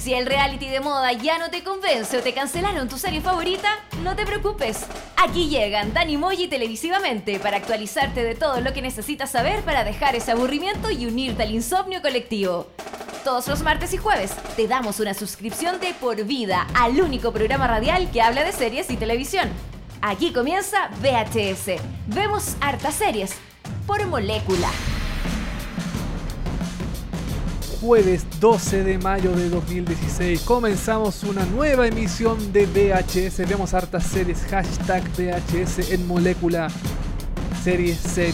Si el reality de moda ya no te convence o te cancelaron tu serie favorita, no te preocupes. Aquí llegan Dani Moji televisivamente para actualizarte de todo lo que necesitas saber para dejar ese aburrimiento y unirte al insomnio colectivo. Todos los martes y jueves te damos una suscripción de por vida al único programa radial que habla de series y televisión. Aquí comienza VHS. Vemos hartas series por molécula. Jueves 12 de mayo de 2016 comenzamos una nueva emisión de VHS. Vemos hartas series, hashtag VHS en molécula. Series.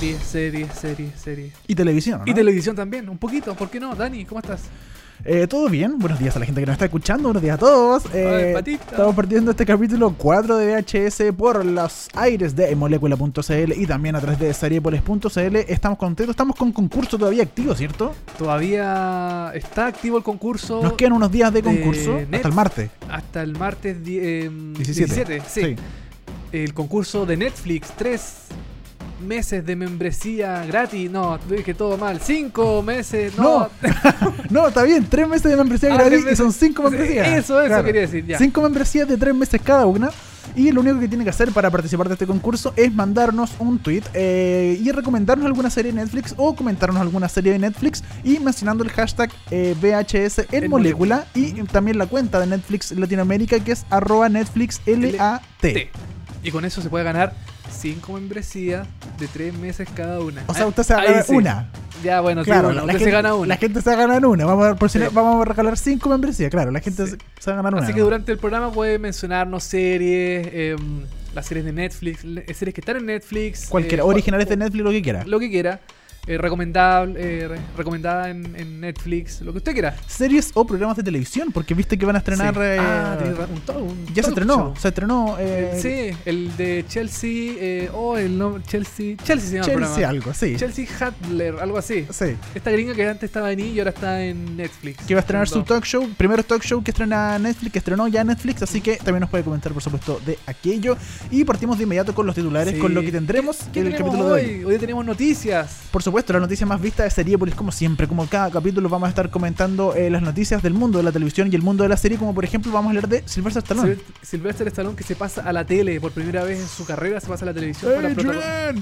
Y televisión, ¿no? Y televisión también, un poquito, ¿por qué no? Dani, ¿cómo estás? ¿Todo bien? Buenos días a la gente que nos está escuchando, buenos días a todos. Estamos partiendo este capítulo 4 de VHS por los aires de molecula.cl y también a través de seriepolis.cl. Estamos contentos, estamos con concurso todavía activo, ¿cierto? Todavía está activo el concurso. Nos quedan unos días de concurso hasta el martes. Hasta el martes 17, sí. El concurso de Netflix, 3 meses de membresía gratis. No, dije todo mal. 5 meses. No, no, está bien. 3 meses de membresía gratis y son 5 membresías. Eso claro. Quería decir. Ya. 5 membresías de 3 meses cada una. Y lo único que tiene que hacer para participar de este concurso es mandarnos un tweet y recomendarnos alguna serie de Netflix o comentarnos alguna serie de Netflix y mencionando el hashtag VHS en molécula y también la cuenta de Netflix Latinoamérica que es @NetflixLAT. Y con eso se puede ganar 5 membresías de 3 meses cada una. O sea, usted se va a ganar una. Ya, bueno, claro, sí, usted se gana una. La gente se va a ganar una. Vamos a regalar 5 membresías, claro. La gente se va a ganar una. Así que durante el programa puede mencionarnos series, las series de Netflix, series que están en Netflix. Cualquiera, originales de Netflix, lo que quiera. Lo que quiera. Recomendada en Netflix, lo que usted quiera. Series o programas de televisión, porque viste que van a estrenar. Ya se estrenó. Sí, el de Chelsea. El nombre. Chelsea se llama el programa. Algo, sí. Chelsea Handler, algo así. Sí. Esta gringa que antes estaba en y ahora está en Netflix. Que va a estrenar su talk show. Primero talk show que estrena Netflix, que estrenó ya Netflix. Así que también nos puede comentar, por supuesto, de aquello. Y partimos de inmediato con los titulares, con lo que tendremos en el capítulo de hoy. Hoy tenemos noticias. Por supuesto, la noticia más vista de Seriepolis, como siempre, como cada capítulo vamos a estar comentando las noticias del mundo de la televisión y el mundo de la serie, como por ejemplo vamos a hablar de Sylvester Stallone. Sylvester Stallone que se pasa a la tele por primera vez en su carrera, se pasa a la televisión. Adrian.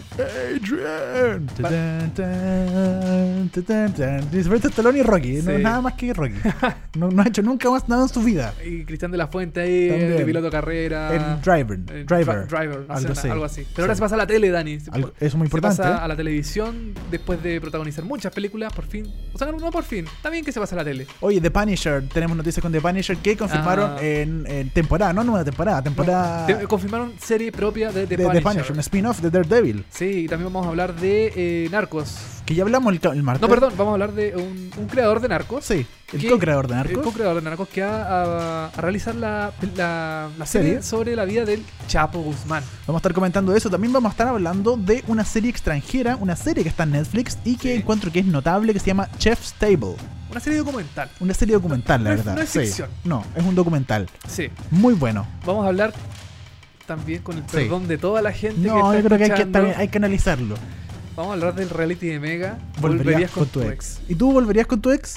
Sylvester Stallone y Rocky, no nada más que Rocky. No ha hecho nunca más nada en su vida. Y Cristian de la Fuente ahí, de piloto carrera. El Driver, algo así. Pero ahora se pasa a la tele, Dani. Eso es muy importante. Se pasa a la televisión después de protagonizar muchas películas, por fin. O sea, no por fin. Está bien que se pase a la tele. Oye, The Punisher. Tenemos noticias con The Punisher que confirmaron en temporada, no nueva temporada. Confirmaron serie propia de The Punisher, un spin-off de Daredevil. Sí, y también vamos a hablar de Narcos. Que ya hablamos el martes. No, perdón, vamos a hablar de un creador de Narcos. Sí, el co-creador de Narcos. El co-creador de Narcos que va a realizar la serie sobre la vida del Chapo Guzmán. Vamos a estar comentando eso. También vamos a estar hablando de una serie extranjera, una serie que está en Netflix y que encuentro que es notable, que se llama Chef's Table. Una serie documental. Una serie documental, la verdad. No es ficción. No, es un documental. Sí. Muy bueno. Vamos a hablar también con el perdón de toda la gente que está yo creo que hay que analizarlo. Vamos a hablar del reality de Mega. Volverías con tu ex. ¿Y tú volverías con tu ex?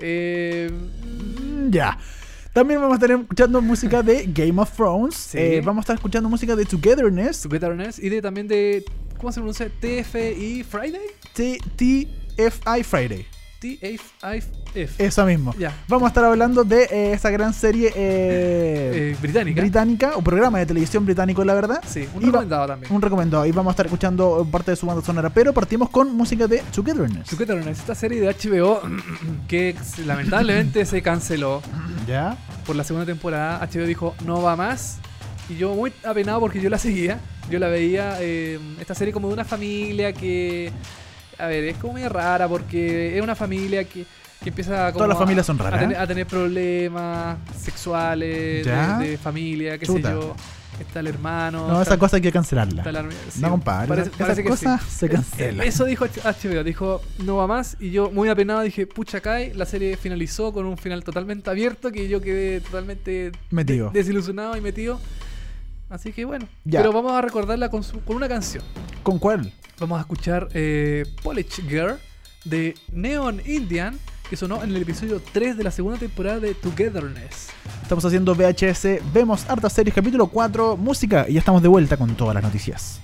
Ya. También vamos a estar escuchando música de Game of Thrones. Sí. Vamos a estar escuchando música de Togetherness. Y también de... ¿Cómo se pronuncia? TFI Friday. TFI Friday. TFIF. Eso mismo. Ya. Vamos a estar hablando de esa gran serie británica o programa de televisión británico, la verdad. Sí, recomendado también. Un recomendado. Y vamos a estar escuchando parte de su banda sonora. Pero partimos con música de Togetherness. Esta serie de HBO que lamentablemente se canceló. ¿Ya? Por la segunda temporada. HBO dijo no va más. Y yo muy apenado porque yo la seguía. Yo la veía. Esta serie como de una familia que... A ver, es como medio rara porque es una familia que empieza como todas las familias son raras. A tener problemas sexuales de familia, qué sé yo. Está el hermano. No, esa cosa hay que cancelarla. Sí, no, compadre. Esa cosa se cancela. Eso dijo HBO. Dijo, no va más. Y yo, muy apenado, dije, pucha, cae. La serie finalizó con un final totalmente abierto que yo quedé totalmente desilusionado y metido. Así que bueno. Ya. Pero vamos a recordarla con una canción. ¿Con cuál? Vamos a escuchar Polish Girl de Neon Indian que sonó en el episodio 3 de la segunda temporada de Togetherness. Estamos haciendo VHS, vemos hartas series, capítulo 4, música, y ya estamos de vuelta con todas las noticias.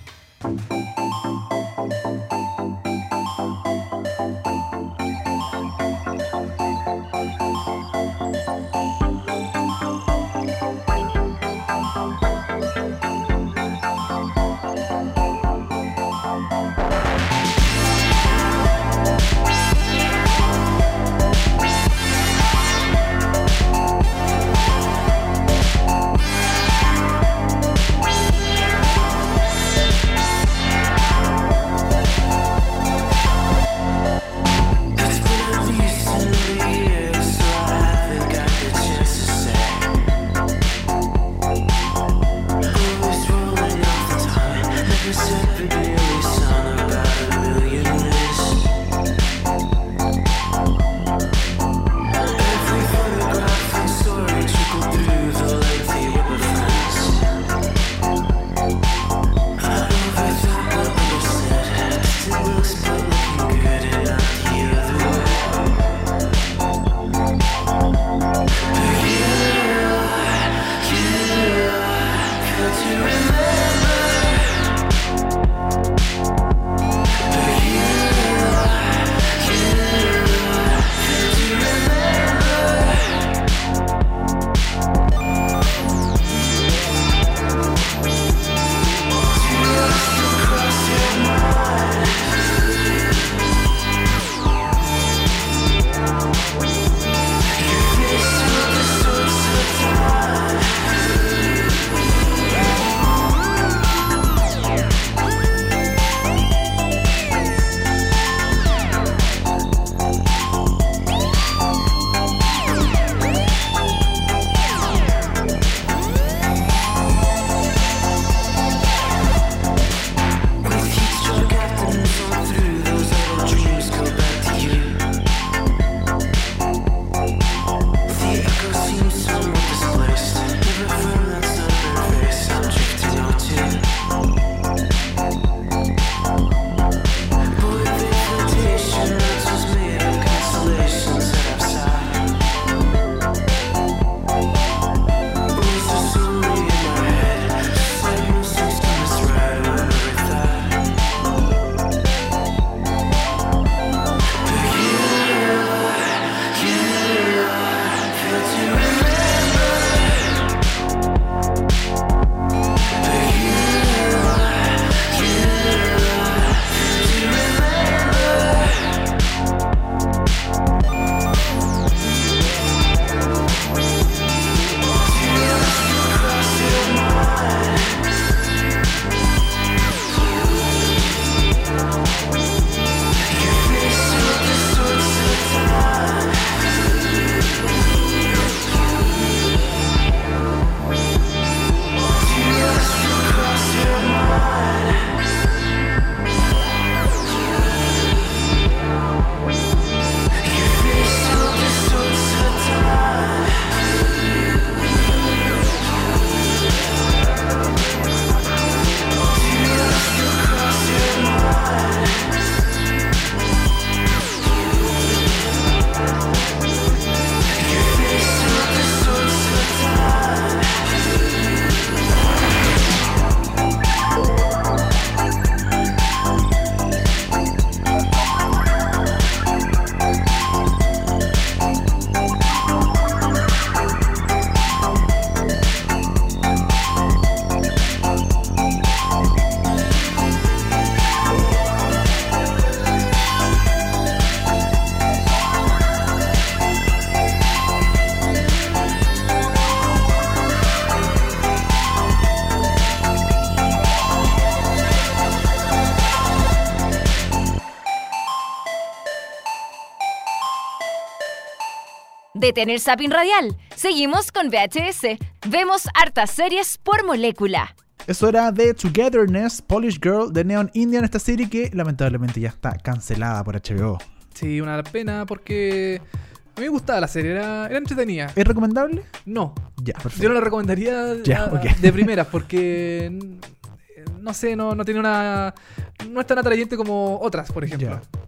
Detener Zapping Radial. Seguimos con VHS. Vemos hartas series por molécula. Eso era de Togetherness, Polish Girl de Neon Indian, esta serie que lamentablemente ya está cancelada por HBO. Sí, una pena porque a mí me gustaba la serie, era entretenida. ¿Es recomendable? No. Ya, perfecto. Yo no la recomendaría de primeras porque no sé, no tiene una... No es tan atrayente como otras, por ejemplo. Ya.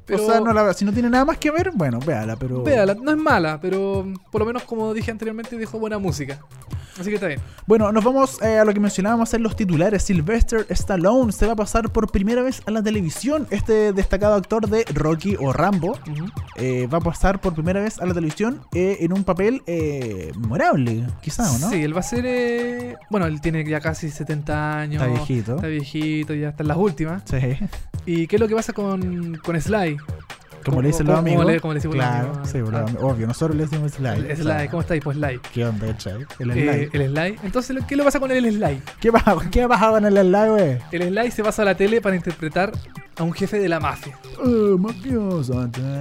Pero, o sea, si no tiene nada más que ver, bueno, véala, pero... Véala, no es mala, pero por lo menos, como dije anteriormente, dejó buena música. Así que está bien. Bueno, nos vamos a lo que mencionábamos en los titulares. Sylvester Stallone se va a pasar por primera vez a la televisión. Este destacado actor de Rocky o Rambo va a pasar por primera vez a la televisión en un papel memorable, quizá, ¿o no? Sí, él va a ser... bueno, él tiene ya casi 70 años. Está viejito, ya está en las últimas. Sí. ¿Y qué es lo que pasa con Sly? Como le dicen los amigos. Como le decimos claro, los amigos. Sí, obvio, nosotros le decimos Sly. Sly, ¿cómo estáis? Pues Sly. ¿Qué onda, Sly? El Sly. Entonces, ¿qué le pasa con el Sly? ¿Qué pasa con el Sly, güey? El Sly se pasa a la tele para interpretar a un jefe de la mafia. Mafioso.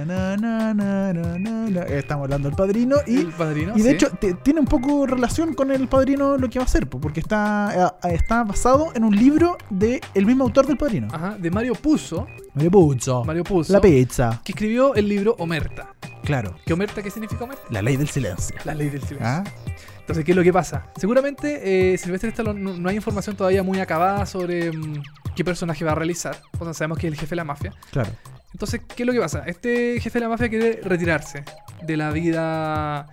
Estamos hablando del Padrino. El Padrino, y de hecho, tiene un poco relación con el Padrino lo que va a hacer, porque está basado en un libro del mismo autor del Padrino. Ajá, de Mario Puzo. Mario Puzo. La pizza. Que escribió el libro Omerta. Claro. ¿Qué significa Omerta? La ley del silencio. La ley del silencio. Entonces, ¿qué es lo que pasa? Seguramente Sylvester Stallone no hay información todavía muy acabada sobre qué personaje va a realizar. O sea, sabemos que es el jefe de la mafia. Claro. Entonces, ¿qué es lo que pasa? Este jefe de la mafia quiere retirarse de la vida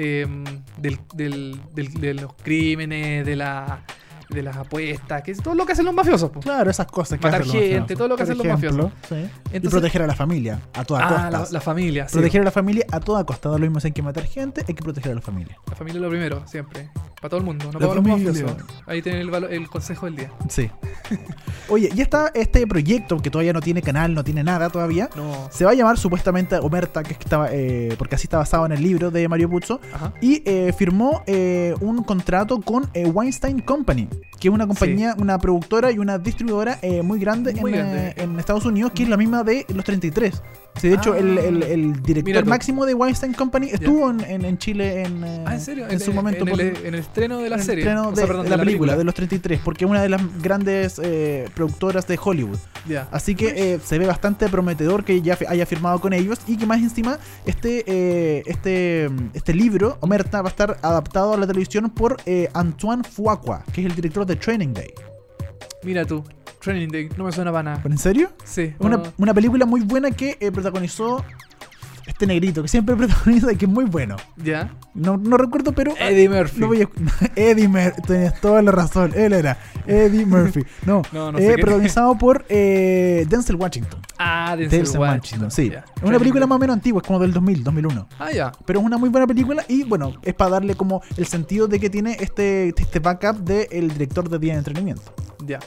de los crímenes, de las apuestas, que es todo lo que hacen los mafiosos. Po. Claro, esas cosas que matar hacen los gente, todo lo que hacen los mafiosos. Sí. Entonces, y proteger a la familia a toda costa. La familia, proteger a la familia a toda costa. Da lo mismo si hay que matar gente, hay que proteger a la familia. La familia es lo primero, siempre. Para todo el mundo, no para los mafiosos. Ahí tienen el consejo del día. Sí. Oye, ya está este proyecto que todavía no tiene canal, no tiene nada todavía. No. Se va a llamar supuestamente Omerta, que estaba, porque así está basado en el libro de Mario Puzo. Ajá. Y firmó un contrato con Weinstein Company, que es una compañía, una productora y una distribuidora muy grande en Estados Unidos, que es la misma de Los 33. Sí, de hecho, el director máximo de Weinstein Company estuvo en Chile ¿en serio? En su momento. En el estreno de la serie. De la película de Los 33, porque es una de las grandes productoras de Hollywood. Yeah. Así que se ve bastante prometedor que ya haya firmado con ellos y que más encima este libro, Omerta, va a estar adaptado a la televisión por Antoine Fuqua, que es el director de Training Day. Mira tú. Training Day, no me suena para nada. ¿En serio? Sí. Una película muy buena que protagonizó este negrito, que siempre protagoniza y que es muy bueno. ¿Ya? No recuerdo, pero... Eddie Murphy. Eddie Murphy, tenías toda la razón. Él era Eddie Murphy. No sé protagonizado por Denzel Washington. Denzel Washington. Sí. Yeah. Es una película más o menos antigua, es como del 2001. Ya. Pero es una muy buena película y, bueno, es para darle como el sentido de que tiene este backup del director de Día de Entretenimiento. Ya.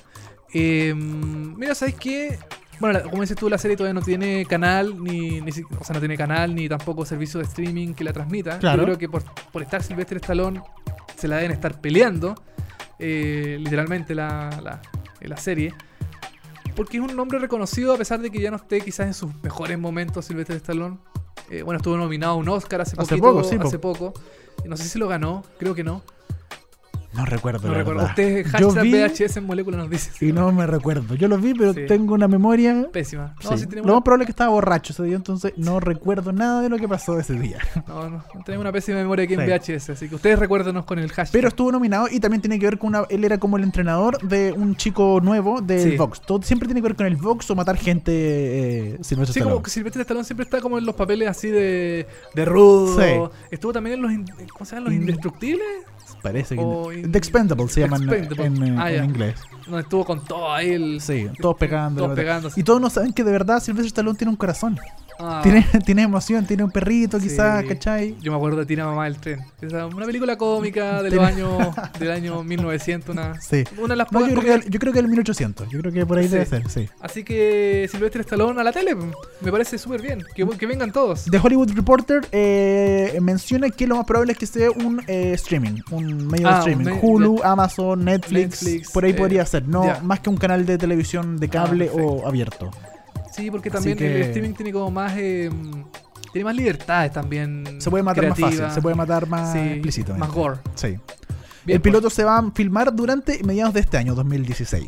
Mira, ¿sabes qué? Bueno, como dices tú, la serie todavía no tiene canal, o sea, no tiene canal ni tampoco servicio de streaming que la transmita. Claro. Yo creo que por estar Sylvester Stallone se la deben estar peleando, literalmente la serie. Porque es un nombre reconocido a pesar de que ya no esté quizás en sus mejores momentos Sylvester Stallone. Bueno, estuvo nominado a un Oscar hace poco. No sé si lo ganó, creo que no. No recuerdo. Usted, hashtag VHS en molécula nos dice. Y no me recuerdo. Yo lo vi, pero tengo una memoria pésima. No, sí. Lo más probable es que estaba borracho ese día, entonces no recuerdo nada de lo que pasó ese día. No tenemos una pésima memoria aquí en VHS, así que ustedes recuérdenos con el hashtag. Pero estuvo nominado y también tiene que ver con él era como el entrenador de un chico nuevo del Vox. Todo siempre tiene que ver con el Vox o matar gente. Sylvester Stallone. Como que Sylvester Stallone siempre está como en los papeles así de rudo. Sí. Estuvo también en ¿cómo se llaman? Los Indestructibles. Parece que The Expendables se llaman en inglés. No, estuvo con todo ahí todos pegándose. Y todos no saben que de verdad Sylvester Stallone tiene un corazón. Tiene emoción, tiene un perrito quizás, ¿cachai? Yo me acuerdo de Tira Mamá del Tren. Una película cómica del año 1900. Una de las pocas. Yo creo que el 1800. Yo creo que por ahí debe ser, sí. Así que Sylvester Stallone a la tele me parece súper bien. Que vengan todos. The Hollywood Reporter menciona que lo más probable es que sea un streaming, un medio de streaming. Hulu, Amazon, Netflix, por ahí podría ser. No más que un canal de televisión de cable o abierto. Sí, porque también el streaming tiene como más tiene más libertades también. Se puede matar más fácil, se puede matar más explícitamente. Más gore. Sí. Bien, el piloto se va a filmar durante mediados de este año, 2016.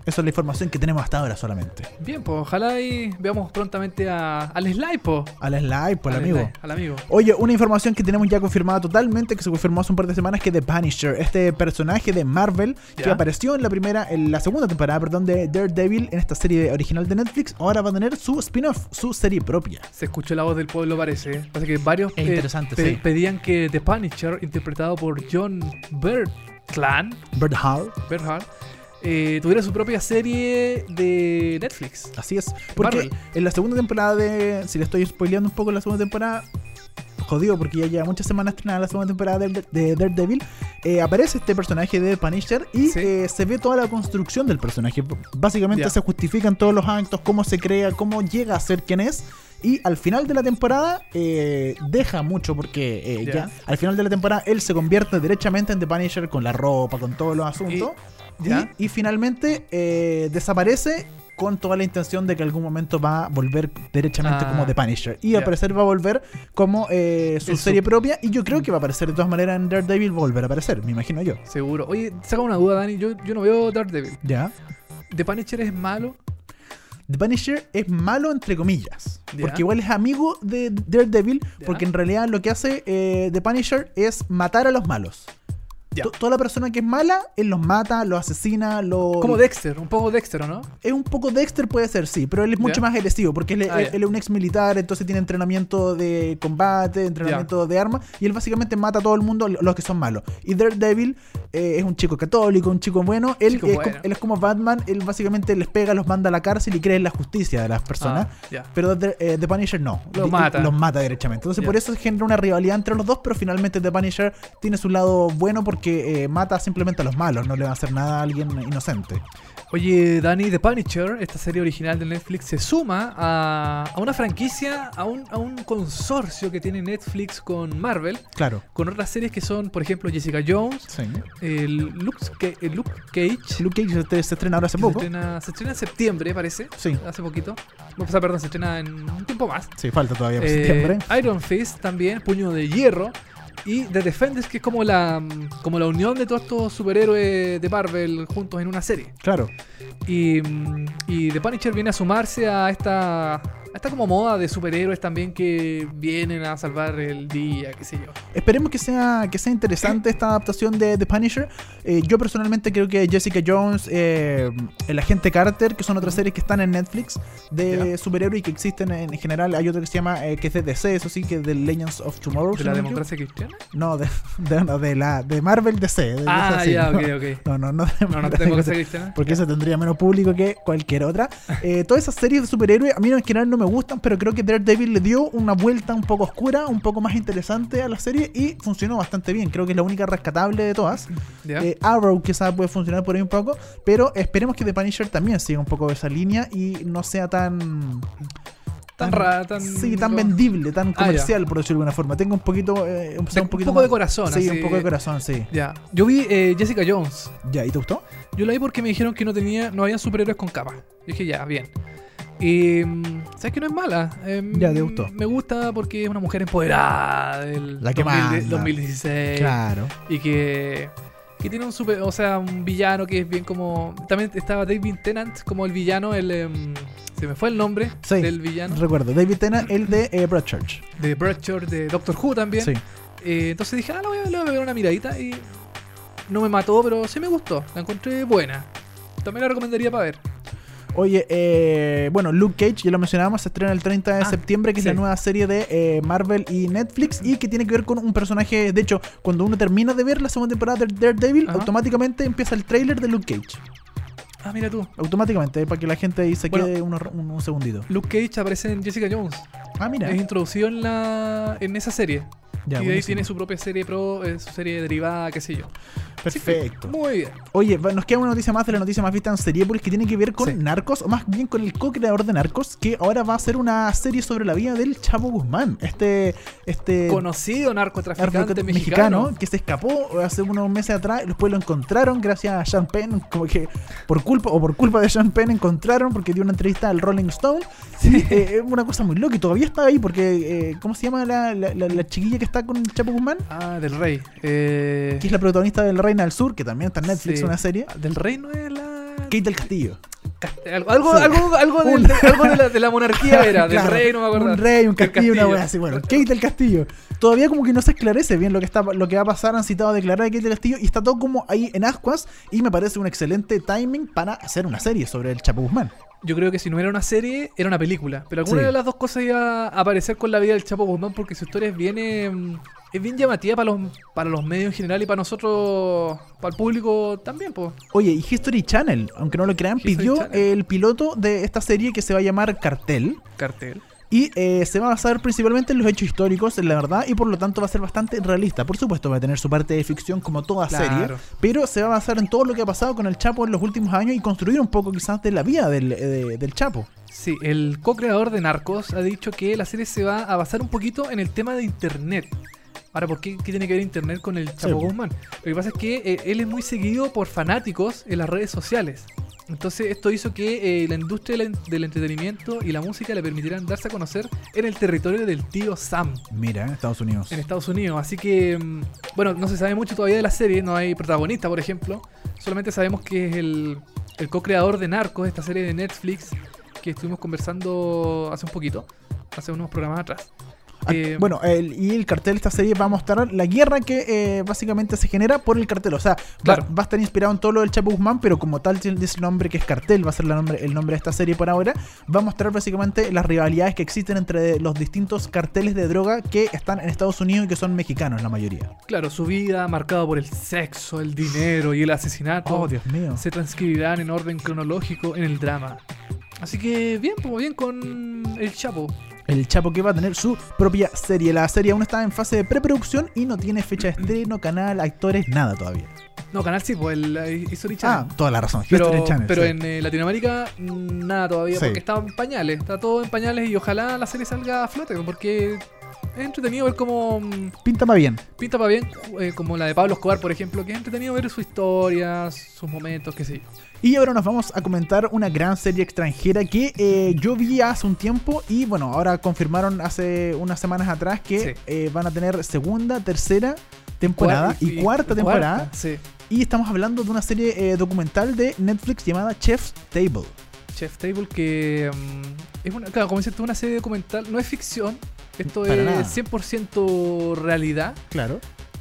Esa es la información que tenemos hasta ahora solamente. Bien, pues ojalá y veamos prontamente al Sly, po. Al Sly, al amigo. Al amigo. Oye, una información que tenemos ya confirmada totalmente, que se confirmó hace un par de semanas, que The Punisher, este personaje de Marvel que apareció en la segunda temporada, de Daredevil, en esta serie original de Netflix, ahora va a tener su spin-off, su serie propia. Se escuchó la voz del pueblo, parece. Parece que varios pedían que The Punisher, interpretado por John Bernthal, tuviera su propia serie de Netflix. Así es, porque Marvel. En la segunda temporada si le estoy spoileando un poco la segunda temporada, jodido porque ya lleva muchas semanas estrenada la segunda temporada de Daredevil, aparece este personaje de Punisher y se ve toda la construcción del personaje. Básicamente se justifican todos los actos, cómo se crea, cómo llega a ser quien es. Y al final de la temporada deja mucho porque ya al final de la temporada él se convierte derechamente en The Punisher, con la ropa, con todos los asuntos. Y finalmente desaparece con toda la intención de que en algún momento va a volver derechamente como The Punisher. Y al parecer va a volver como su serie propia. Y yo creo que va a aparecer de todas maneras en Daredevil, volver a aparecer, me imagino yo. Seguro. Oye, saca una duda, Dani. Yo no veo Daredevil. ¿Ya? ¿The Punisher es malo? The Punisher es malo entre comillas, porque igual es amigo de Daredevil, porque en realidad lo que hace The Punisher es matar a los malos. Toda la persona que es mala, él los mata, los asesina, como Dexter, un poco Dexter, ¿o no? Es un poco Dexter, puede ser, sí, pero él es mucho más agresivo, porque él es un ex militar, entonces tiene entrenamiento de combate, entrenamiento de armas, y él básicamente mata a todo el mundo, los que son malos. Y Daredevil es un chico católico, un chico bueno, él es como Batman, él básicamente les pega, los manda a la cárcel y cree en la justicia de las personas, pero The Punisher no, los mata derechamente. Entonces por eso se genera una rivalidad entre los dos, pero finalmente The Punisher tiene su lado bueno porque mata simplemente a los malos, no le va a hacer nada a alguien inocente. Oye, Dani, The Punisher, esta serie original de Netflix, se suma a una franquicia, a un consorcio que tiene Netflix con Marvel. Claro. Con otras series que son, por ejemplo, Jessica Jones, Luke Cage. Luke Cage se estrena ahora hace poco. Se estrena en septiembre, parece. Sí. Hace poquito. O sea, perdón, se estrena en un tiempo más. Sí, falta todavía para septiembre. Iron Fist también, Puño de Hierro. Y The Defenders, que es como la unión de todos estos superhéroes de Marvel juntos en una serie. Claro. Y The Punisher viene a sumarse a esta como moda de superhéroes también que vienen a salvar el día, qué sé yo. Esperemos que sea interesante esta adaptación de The Punisher. Yo personalmente creo que Jessica Jones, el agente Carter, que son otras series que están en Netflix de superhéroes y que existen en general. Hay otro que se llama, que es de DC, eso sí, que es de Legends of Tomorrow. ¿De la democracia cristiana? No, de Marvel DC. Ok. No de democracia cristiana. Porque esa tendría menos público que cualquier otra. Todas esas series de superhéroes a mí en general no me gustan, pero creo que Daredevil le dio una vuelta un poco oscura, un poco más interesante a la serie y funcionó bastante bien. Creo que es la única rescatable de todas. Arrow quizás puede funcionar por ahí un poco, pero esperemos que The Punisher también siga un poco esa línea y no sea tan vendible, tan comercial, por decirlo de alguna forma. Tengo un poquito un poco de corazón. Sí, un poco de corazón, sí. Ya. Yo vi Jessica Jones. Ya, ¿y te gustó? Yo la vi porque me dijeron que no había superhéroes con capa. Dije, ya, bien. Y sabes que no es mala. Ya, te gustó. Me gusta porque es una mujer empoderada del 2016. Claro. Y que tiene un villano que es bien como. También estaba David Tennant como el villano, se me fue el nombre del villano. Recuerdo, David Tennant, el de Broadchurch. De Broadchurch, de Doctor Who también. Sí. Entonces dije, le voy a pegar una miradita y no me mató, pero sí me gustó. La encontré buena. También la recomendaría para ver. Oye, bueno, Luke Cage, ya lo mencionábamos, se estrena el 30 de septiembre, que es la nueva serie de Marvel y Netflix, y que tiene que ver con un personaje. De hecho, cuando uno termina de ver la segunda temporada de Daredevil, automáticamente empieza el tráiler de Luke Cage. Ah, mira tú. Automáticamente, para que la gente ahí se quede un segundito. Luke Cage aparece en Jessica Jones. Ah, mira. Es introducido en esa serie. Ya, y de ahí tiene su propia serie su serie derivada, qué sé yo. Perfecto. Muy bien. Oye, nos queda una noticia más de la noticia más vista en Seriepolis, que tiene que ver con Narcos, o más bien con el co-creador de Narcos, que ahora va a hacer una serie sobre la vida del Chapo Guzmán. Este conocido narcotraficante mexicano que se escapó hace unos meses atrás. Después lo encontraron gracias a Sean Penn, como que por culpa de Sean Penn encontraron, porque dio una entrevista al Rolling Stone. Es una cosa muy loca y todavía está ahí porque ¿cómo se llama la chiquilla que está con Chapo Guzmán? Del Rey. Que es la protagonista del Reina del Sur, que también está en Netflix, una serie. Del Rey no es la Kate del Castillo. Algo de la monarquía era, claro, del rey, no me acuerdo. Un rey, un castillo, una wea así. Bueno, Kate del Castillo. Todavía como que no se esclarece bien lo que va a pasar. Han citado a declarar a Kate del Castillo y está todo como ahí en ascuas. Y me parece un excelente timing para hacer una serie sobre el Chapo Guzmán. Yo creo que si no era una serie, era una película. Pero alguna de las dos cosas iba a aparecer con la vida del Chapo Guzmán porque su historia es bien llamativa para los medios en general y para nosotros, para el público también, pues. Oye, y History Channel, aunque no lo crean, pidió el piloto de esta serie que se va a llamar Cartel. Y se va a basar principalmente en los hechos históricos, en la verdad, y por lo tanto va a ser bastante realista. Por supuesto va a tener su parte de ficción como toda serie, pero se va a basar en todo lo que ha pasado con el Chapo en los últimos años y construir un poco quizás de la vida del Chapo. Sí, el co-creador de Narcos ha dicho que la serie se va a basar un poquito en el tema de internet. Ahora, ¿por qué tiene que ver internet con el Chapo Guzmán? Lo que pasa es que él es muy seguido por fanáticos en las redes sociales. Entonces esto hizo que la industria del entretenimiento y la música le permitieran darse a conocer en el territorio del tío Sam. Mira, en Estados Unidos. En Estados Unidos, así que, bueno, no se sabe mucho todavía de la serie, no hay protagonista, por ejemplo. Solamente sabemos que es el co-creador de Narcos, esta serie de Netflix que estuvimos conversando hace unos programas atrás. Bueno, y el cartel de esta serie va a mostrar la guerra que básicamente se genera por el cartel. O sea, va a estar inspirado en todo lo del Chapo Guzmán, pero como tal tiene ese nombre que es Cartel, va a ser el nombre de esta serie por ahora. Va a mostrar básicamente las rivalidades que existen entre los distintos carteles de droga que están en Estados Unidos y que son mexicanos la mayoría. Claro, su vida marcada por el sexo, el dinero y el asesinato. Oh, Dios mío. Se transcribirán en orden cronológico en el drama. Así que bien con el Chapo. El Chapo que va a tener su propia serie. La serie aún está en fase de preproducción y no tiene fecha de estreno, canal, actores, nada todavía. No, canal sí, pues el History Channel. Toda la razón. Pero Channel, en Latinoamérica nada todavía, porque está en pañales. Está todo en pañales y ojalá la serie salga a flote, porque es entretenido ver cómo... Pinta para bien, como la de Pablo Escobar, por ejemplo, que es entretenido ver su historia, sus momentos, qué sé yo. Y ahora nos vamos a comentar una gran serie extranjera que yo vi hace un tiempo y bueno, ahora confirmaron hace unas semanas atrás que van a tener segunda, tercera temporada y cuarta temporada. Sí. Y estamos hablando de una serie documental de Netflix llamada Chef's Table. Chef's Table que es como dices tú, una serie documental, no es ficción, esto Para es nada. 100% realidad. Claro.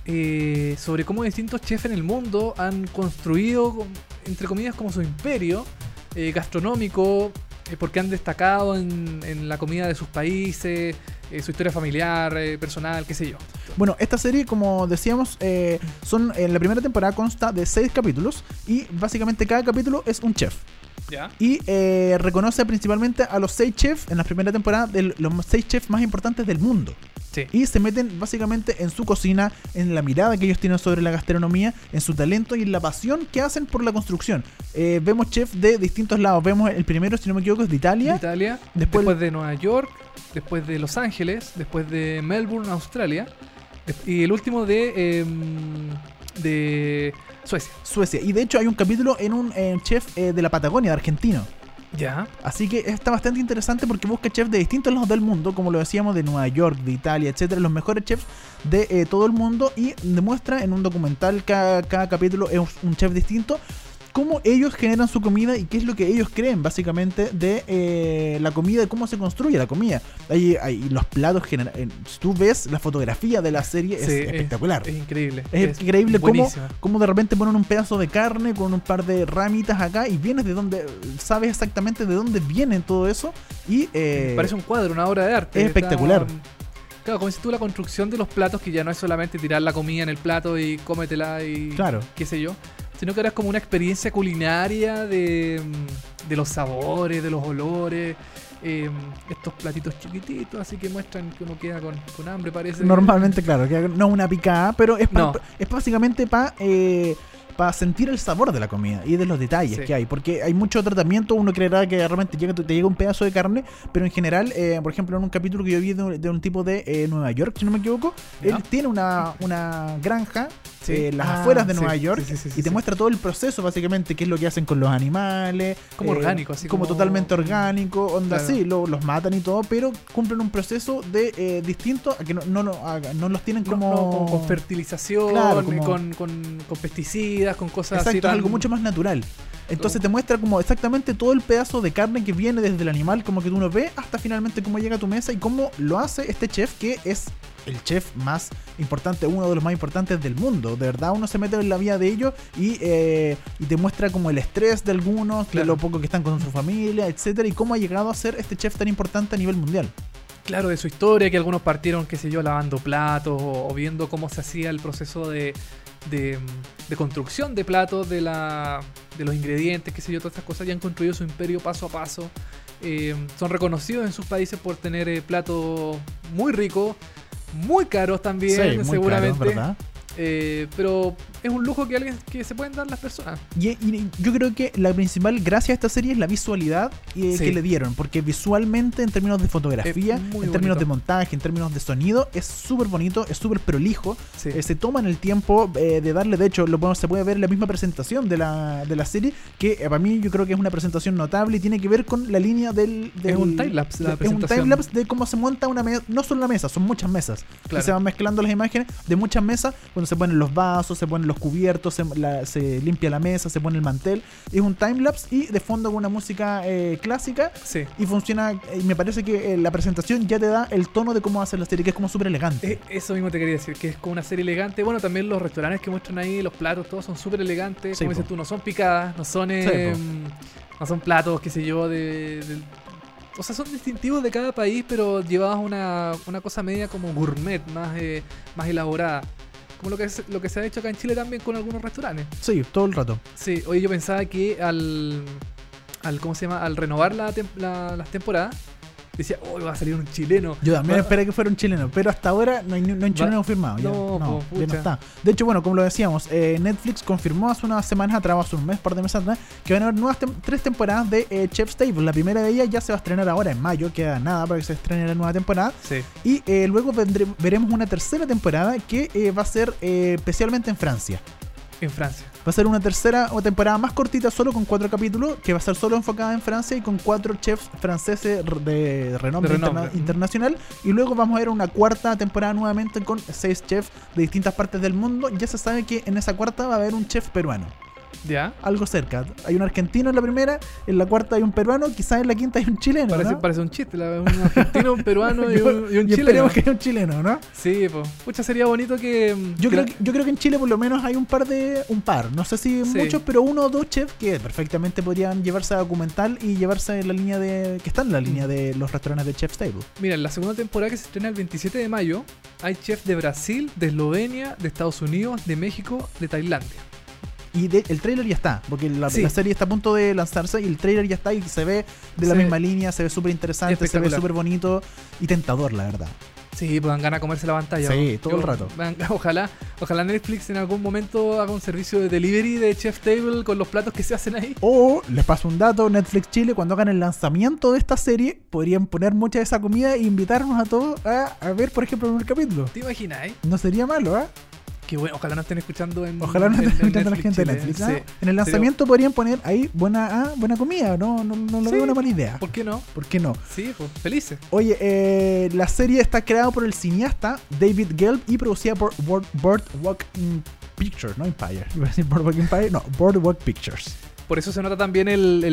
Sobre cómo distintos chefs en el mundo han construido, entre comillas, como su imperio gastronómico, porque han destacado en la comida de sus países, su historia familiar, personal, qué sé yo. Bueno, esta serie, como decíamos, en la primera temporada consta de 6 capítulos y básicamente cada capítulo es un chef. ¿Ya? Y reconoce principalmente a los 6 chefs en la primera temporada, de los 6 chefs más importantes del mundo. Sí. Y se meten básicamente en su cocina, en la mirada que ellos tienen sobre la gastronomía, en su talento y en la pasión que hacen por la construcción. Vemos chefs de distintos lados. Vemos el primero, si no me equivoco, es de Italia. Después de Nueva York, después de Los Ángeles, después de Melbourne, Australia, y el último de Suecia. Y de hecho hay un capítulo en un chef de la Patagonia, de argentino. Ya. Así que está bastante interesante porque busca chefs de distintos lados del mundo, como lo decíamos, de Nueva York, de Italia, etcétera, los mejores chefs de todo el mundo, y demuestra en un documental, cada capítulo es un chef distinto, cómo ellos generan su comida y qué es lo que ellos creen básicamente de la comida, de cómo se construye la comida. Ahí los platos si tú ves la fotografía de la serie, es espectacular. Es increíble. Es increíble cómo de repente ponen un pedazo de carne con un par de ramitas acá y vienes de donde, sabes exactamente de dónde viene todo eso. Y parece un cuadro, una obra de arte. Es espectacular. Claro, como dices tú, la construcción de los platos, que ya no es solamente tirar la comida en el plato y cómetela y qué sé yo, sino que ahora es como una experiencia culinaria de los sabores, de los olores, estos platitos chiquititos, así que muestran que uno queda con hambre, parece. Normalmente, claro, que no una picada, pero es básicamente para sentir el sabor de la comida y de los detalles que hay, porque hay mucho tratamiento. Uno creerá que realmente te llega un pedazo de carne, pero en general, por ejemplo, en un capítulo que yo vi de un tipo de Nueva York, si no me equivoco, él tiene una granja las afueras de Nueva York y te muestra todo el proceso, básicamente, qué es lo que hacen con los animales, como orgánico, así como totalmente orgánico, onda, claro. Los matan y todo, pero cumplen un proceso de distinto a que no los tienen como con fertilización, claro, con pesticidas, con cosas así. Exacto, es algo mucho más natural. Entonces te muestra como exactamente todo el pedazo de carne que viene desde el animal, como que tú lo ves, hasta finalmente cómo llega a tu mesa y cómo lo hace este chef, que es el chef más importante, uno de los más importantes del mundo. De verdad, uno se mete en la vida de ellos y te muestra como el estrés de algunos, de lo poco que están con su familia, etcétera, y cómo ha llegado a ser este chef tan importante a nivel mundial. Claro, de su historia, que algunos partieron, qué sé yo, lavando platos o viendo cómo se hacía el proceso de construcción de platos, de los ingredientes, qué sé yo, todas estas cosas, ya han construido su imperio paso a paso. Son reconocidos en sus países por tener platos muy ricos, muy caros también, sí, muy seguramente. Caros, ¿verdad? Pero es un lujo que se pueden dar las personas. Y yo creo que la principal gracia de esta serie es la visualidad que le dieron, porque visualmente, en términos de fotografía, en términos de montaje, en términos de sonido, es súper bonito, es súper prolijo. Sí. Se toman el tiempo de darle, de hecho, se puede ver en la misma presentación de la serie, que para mí yo creo que es una presentación notable y tiene que ver con la línea es un timelapse la presentación. Es un timelapse de cómo se monta una mesa, no solo una mesa, son muchas mesas. Claro. Se van mezclando las imágenes de muchas mesas, cuando se ponen los vasos, se ponen los cubiertos, se limpia la mesa, se pone el mantel. Es un timelapse y de fondo con una música clásica. Sí. Y funciona, y me parece que la presentación ya te da el tono de cómo hacer la serie, que es como súper elegante. Eso mismo te quería decir, que es como una serie elegante. Bueno, también los restaurantes que muestran ahí, los platos, todos son súper elegantes. Sí, como dices tú, no son picadas, no son platos, qué sé yo, o sea, son distintivos de cada país, pero llevados una cosa media como gourmet, más elaborada. Como lo que se ha hecho acá en Chile también con algunos restaurantes. Sí, todo el rato. Sí, oye, yo pensaba que al renovar las temporadas, decía, va a salir un chileno. Yo también esperé que fuera un chileno, pero hasta ahora no hay un chileno confirmado. Ya no está. De hecho, bueno, como lo decíamos, Netflix confirmó hace unas semanas atrás, hace un mes, par de meses atrás, que van a haber nuevas 3 temporadas de Chef's Table. La primera de ellas ya se va a estrenar ahora en mayo, queda nada para que se estrene la nueva temporada. Sí. Y luego veremos una tercera temporada que va a ser especialmente en Francia. En Francia. Va a ser una tercera o temporada más cortita, solo con 4 capítulos, que va a ser solo enfocada en Francia y con 4 chefs franceses de renombre internacional. Y luego vamos a ver una cuarta temporada nuevamente con 6 chefs de distintas partes del mundo. Ya se sabe que en esa cuarta va a haber un chef peruano. ¿Ya? Algo cerca. Hay un argentino en la primera, en la cuarta hay un peruano, quizás en la quinta hay un chileno. Parece un chiste, un argentino, un peruano y un chileno. Esperemos que haya un chileno, ¿no? Sí, pues. Pucha, sería bonito que. Yo creo que en Chile por lo menos hay un par, no sé si muchos, pero 1 o 2 chefs que perfectamente podrían llevarse a documental y llevarse en la línea que están en la línea de los restaurantes de Chef's Table. Mira, en la segunda temporada, que se estrena el 27 de mayo, hay chefs de Brasil, de Eslovenia, de Estados Unidos, de México, de Tailandia. Y el trailer ya está, porque la serie está a punto de lanzarse y el trailer ya está y se ve de la misma línea, se ve súper interesante, se ve súper bonito y tentador, la verdad. Sí, pues dan ganas de comerse la pantalla. Sí, todo el rato. Ojalá Netflix en algún momento haga un servicio de delivery de Chef's Table con los platos que se hacen ahí. O, les paso un dato, Netflix Chile, cuando hagan el lanzamiento de esta serie, podrían poner mucha de esa comida e invitarnos a todos a ver, por ejemplo, el primer capítulo. ¿Te imaginas, No sería malo, Qué bueno, ojalá no estén escuchando Ojalá no estén escuchando la gente de Netflix. Sí. En el lanzamiento podrían poner ahí buena comida. No lo veo una mala idea. ¿Por qué no? Sí, pues felices. Oye, la serie está creada por el cineasta David Gelb y producida por Boardwalk Pictures, no Empire. Iba a decir Boardwalk Empire, no, Boardwalk Pictures. Por eso se nota también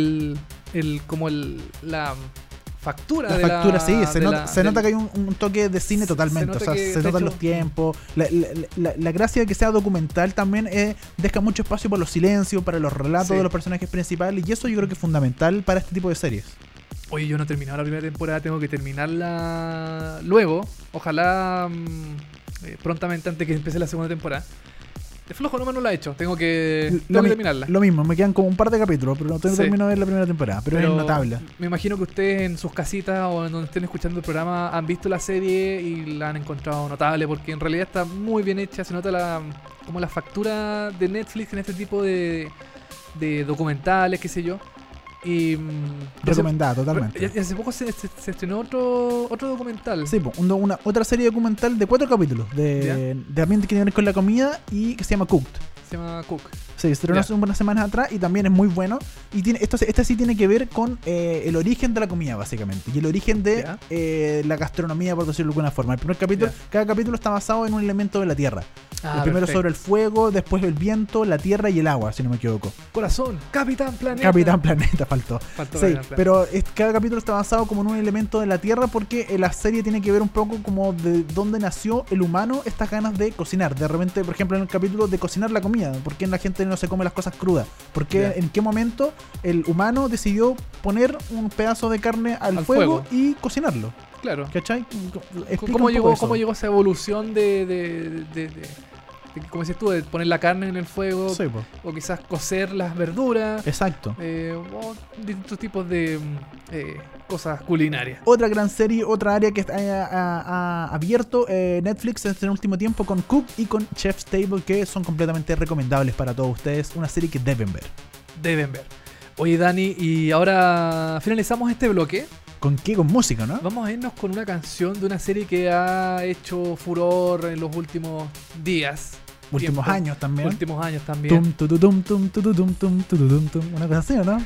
la factura. Sí, se nota que hay un toque de cine totalmente. Se notan los tiempos. La gracia de que sea documental también deja mucho espacio para los silencios, para los relatos de los personajes principales. Y eso yo creo que es fundamental para este tipo de series. Oye, yo no he terminado la primera temporada, tengo que terminarla luego. Ojalá prontamente, antes que empiece la segunda temporada. De flojo nomás no la he hecho, tengo que terminarla. Lo mismo, me quedan como un par de capítulos, pero no tengo terminado de ver la primera temporada, pero es notable. Me imagino que ustedes en sus casitas o en donde estén escuchando el programa han visto la serie y la han encontrado notable, porque en realidad está muy bien hecha, se nota como la factura de Netflix en este tipo de documentales, qué sé yo. Y recomendada totalmente. Y hace poco se estrenó otro documental. Sí, otra serie documental de 4 capítulos de ambiente que tiene que ver con la comida y que se llama Cooked. Se llama Cook. Sí, se estrenó hace unas semanas atrás y también es muy bueno. Y este sí tiene que ver con el origen de la comida, básicamente. Y el origen de la gastronomía, por decirlo de alguna forma. El primer capítulo, cada capítulo está basado en un elemento de la tierra. El primero sobre el fuego, después el viento, la tierra y el agua, si no me equivoco. Corazón, Capitán Planeta. Capitán Planeta faltó. Sí, Capitán pero cada capítulo está basado como en un elemento de la tierra porque la serie tiene que ver un poco como de dónde nació el humano estas ganas de cocinar. De repente, por ejemplo, en el capítulo de cocinar la comida. ¿Por qué la gente no se come las cosas crudas? Porque en qué momento el humano decidió poner un pedazo de carne al fuego y cocinarlo. Claro. ¿Cachai? ¿Cómo llegó esa evolución de como dices tú, de poner la carne en el fuego? Sí, o quizás cocer las verduras. Exacto. O distintos tipos de cosas culinarias. Otra gran serie, otra área que ha abierto Netflix en el último tiempo con Cook y con Chef's Table, que son completamente recomendables para todos ustedes. Una serie que deben ver. Deben ver. Oye, Dani, y ahora finalizamos este bloque. ¿Con qué? Con música, ¿no? Vamos a irnos con una canción de una serie que ha hecho furor en los últimos días. Últimos años también. Una cosa así, ¿no?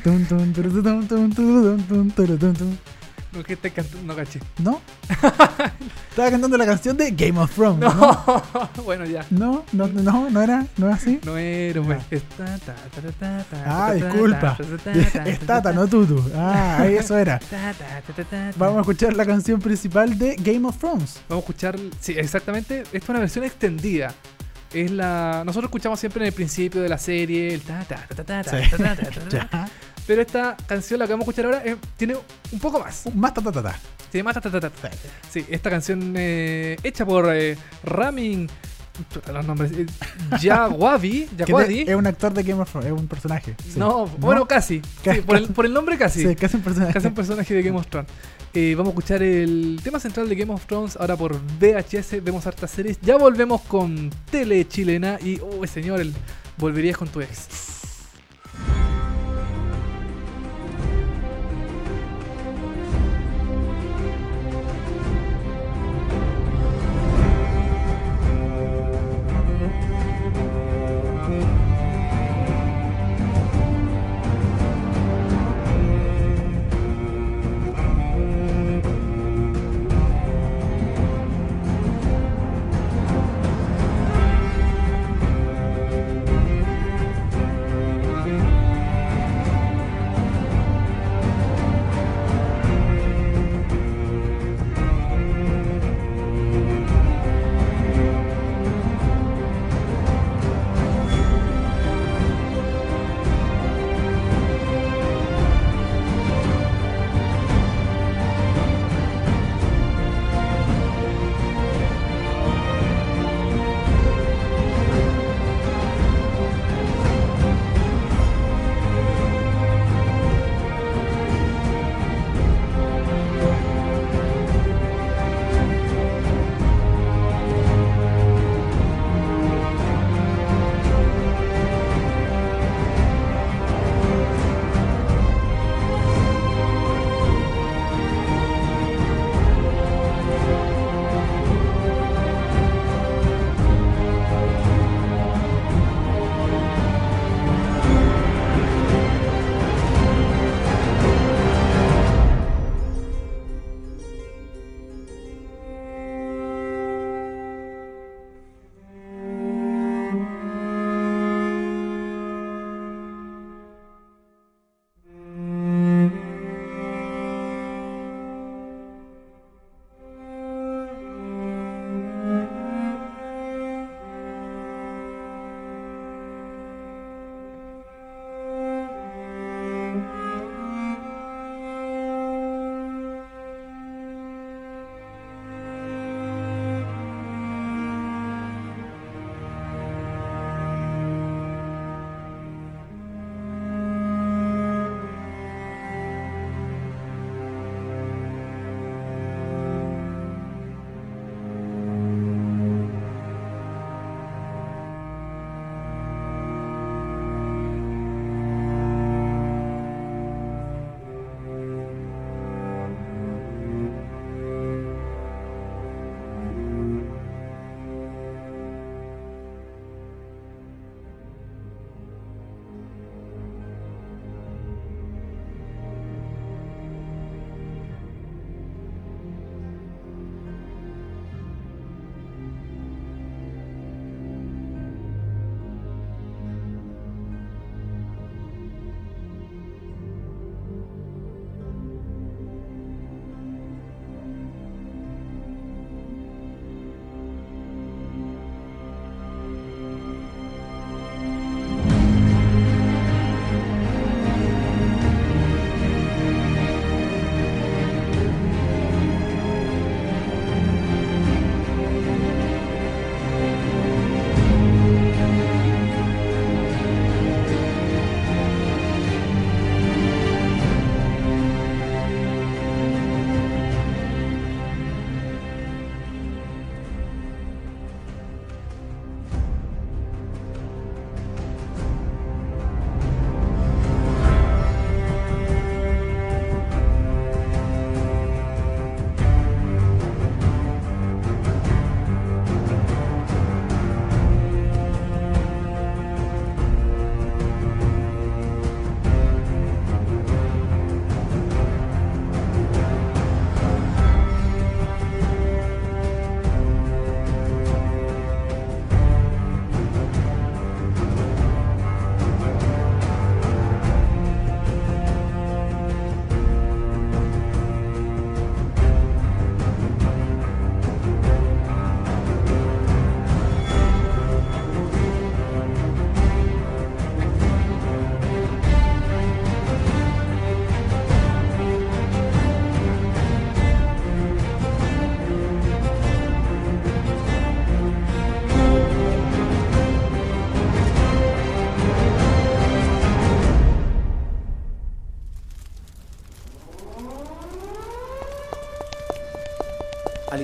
No, que te no caché. ¿No? Estaba cantando la canción de Game of Thrones. No, bueno, ya. No era así. No era, güey. Disculpa. Es Tata, no Tutu. Eso era. Vamos a escuchar la canción principal de Game of Thrones. Vamos a escuchar, sí, exactamente. Esta es una versión extendida. Nosotros escuchamos siempre en el principio de la serie el pero esta canción, la que vamos a escuchar ahora, tiene un poco más. Más ta. Tiene más ta. Sí, esta canción hecha por Ramin. Los nombres. Yaguadi. Es un actor de Game of Thrones, es un personaje. Sí. No, bueno, casi. Sí, por el nombre casi. Sí, casi un personaje. Casi un personaje de Game of Thrones. Vamos a escuchar el tema central de Game of Thrones ahora por VHS. Vemos hartas series. Ya volvemos con Tele Chilena y, señor, volverías con tu ex.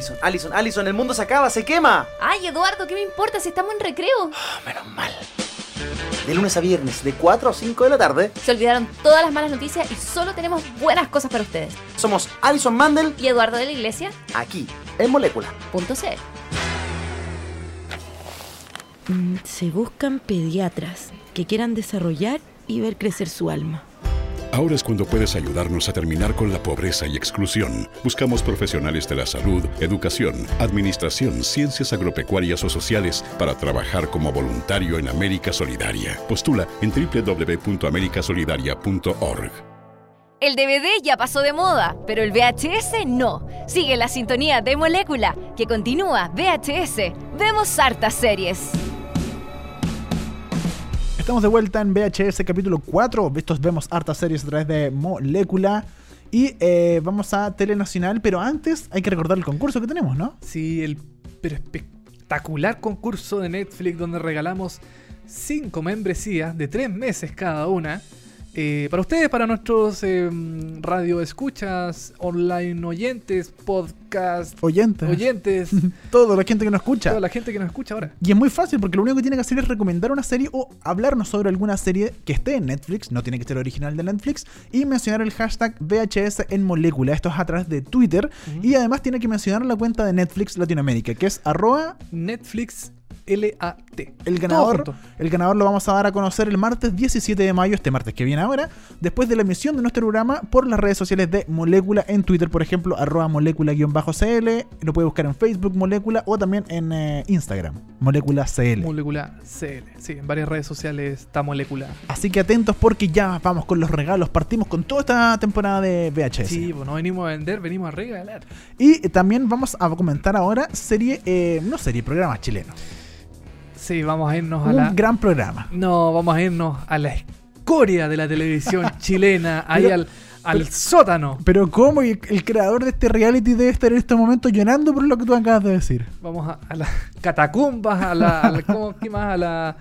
Allison, el mundo se acaba, se quema. Ay, Eduardo, ¿qué me importa si estamos en recreo? Oh, menos mal. De lunes a viernes, de 4 a 5 de la tarde. Se olvidaron todas las malas noticias y solo tenemos buenas cosas para ustedes. Somos Allison Mandel y Eduardo de la Iglesia. Aquí, en Molécula. .cl. Se buscan pediatras que quieran desarrollar y ver crecer su alma. Ahora es cuando puedes ayudarnos a terminar con la pobreza y exclusión. Buscamos profesionales de la salud, educación, administración, ciencias agropecuarias o sociales para trabajar como voluntario en América Solidaria. Postula en www.americasolidaria.org. El DVD ya pasó de moda, pero el VHS no. Sigue la sintonía de Molécula, que continúa VHS. Vemos hartas series. Estamos de vuelta en VHS capítulo 4. Estos vemos hartas series a través de Molécula. Y vamos a Telenacional, pero antes hay que recordar el concurso que tenemos, ¿no? Sí, el espectacular concurso de Netflix donde regalamos 5 membresías de 3 meses cada una. Para ustedes, para nuestros radio escuchas, online oyentes, podcast oyentes, toda la gente que nos escucha. Toda la gente que nos escucha ahora. Y es muy fácil porque lo único que tiene que hacer es recomendar una serie o hablarnos sobre alguna serie que esté en Netflix, no tiene que ser original de Netflix, y mencionar el hashtag VHS en Molécula. Esto es a través de Twitter. Y además tiene que mencionar la cuenta de Netflix Latinoamérica, que es @Netflix LAT. El ganador lo vamos a dar a conocer el martes 17 de mayo, este martes que viene ahora, después de la emisión de nuestro programa por las redes sociales de Molécula, en Twitter, por ejemplo, @Molécula_CL. Lo puede buscar en Facebook, Molécula, o también en Instagram, Molécula CL. Molécula CL, sí, en varias redes sociales está Molécula. Así que atentos porque ya vamos con los regalos, partimos con toda esta temporada de VHS. Sí, pues no venimos a vender, venimos a regalar. Y también vamos a comentar ahora programa chileno. Sí, vamos a irnos un gran programa. No, vamos a irnos a la escoria de la televisión chilena, ahí al sótano. Pero ¿cómo? Y el creador de este reality debe estar en este momento llorando por lo que tú acabas de decir. Vamos a las catacumbas, ¿qué más?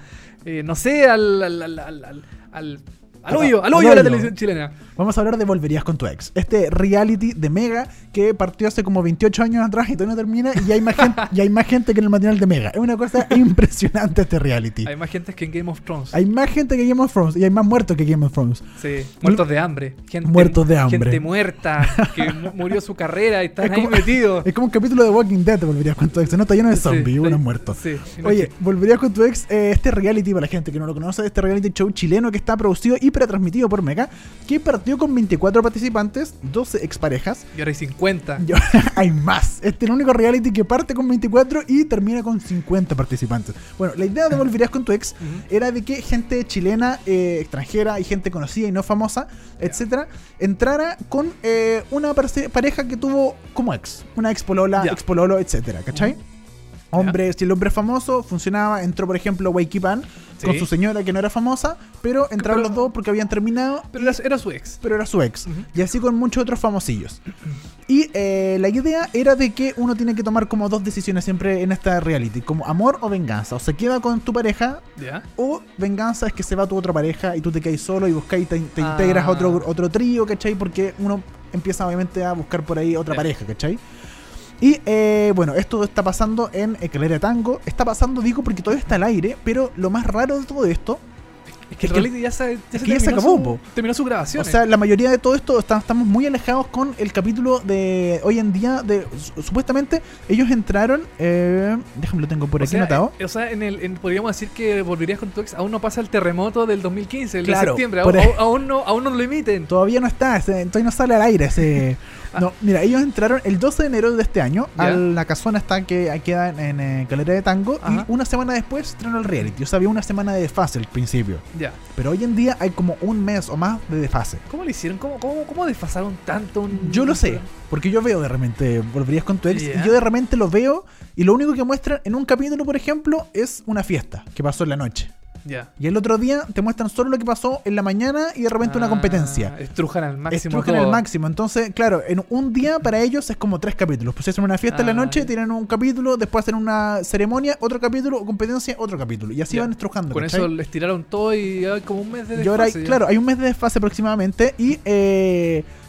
Al hoyo de la televisión chilena. Vamos a hablar de Volverías con tu ex. Este reality de Mega que partió hace como 28 años atrás y todavía no termina. Y hay más gente que en el matinal de Mega. Es una cosa impresionante este reality. Hay más gente que en Game of Thrones. Hay más gente que en Game of Thrones. Y hay más muertos que Game of Thrones. Sí, muertos de hambre. Gente muerta que murió su carrera y están ahí metidos. Es como un capítulo de Walking Dead de Volverías con tu ex. No está lleno de zombies y unos muertos. Sí, oye, Volverías con tu ex, este reality, para la gente que no lo conoce, este reality show chileno que está producido y transmitido por Mega, que partió con 24 participantes, 12 exparejas. Y ahora hay 50. Hay más. Este es el único reality que parte con 24 y termina con 50 participantes. Bueno, la idea de Volverías con tu ex era de que gente chilena, extranjera y gente conocida y no famosa, etcétera, entrara con una pareja que tuvo como ex. Una ex polola, ex pololo, etcétera, ¿cachai? Si el hombre es famoso, funcionaba. Entró, por ejemplo, Waikipan con su señora que no era famosa, pero entraron los dos porque habían terminado. Pero era su ex. Y así con muchos otros famosillos. Y la idea era de que uno tiene que tomar como 2 decisiones siempre en esta reality, como amor o venganza. O se queda con tu pareja, o venganza es que se va tu otra pareja y tú te quedas solo y buscas y te integras a otro trío, ¿cachai? Porque uno empieza obviamente a buscar por ahí otra pareja, ¿cachai? Y bueno, esto está pasando en Calera Tango. Está pasando, digo, porque todavía está al aire. Pero lo más raro de todo esto es que el reality ya se acabó. Terminó su grabación. O sea, la mayoría de todo esto estamos muy alejados con el capítulo de hoy en día. Supuestamente ellos entraron. Déjame lo tengo por aquí anotado. Podríamos decir que Volverías con tu ex. Aún no pasa el terremoto del 2015, el de septiembre. Aún no lo emiten. Todavía no está. Todavía no sale al aire ese. No, mira, ellos entraron el 12 de enero de este año a la casona que queda en Calera de Tango. Y una semana después estrenó el reality. O sea, había una semana de desfase al principio. Pero hoy en día hay como un mes o más de desfase. ¿Cómo lo hicieron? ¿Cómo desfasaron tanto? Yo lo sé, porque yo veo de repente Volverías con tu ex. Y yo de repente lo veo y lo único que muestran en un capítulo, por ejemplo, es una fiesta que pasó en la noche. Y el otro día te muestran solo lo que pasó en la mañana y de repente una competencia. Estrujan al máximo. Entonces, claro, en un día para ellos es como 3 capítulos. Pues hacen una fiesta en la noche, tienen un capítulo, después hacen una ceremonia, otro capítulo, competencia, otro capítulo. Y así van estrujando. Con eso les tiraron todo y hay como un mes de desfase. Y ahora hay un mes de desfase aproximadamente. Y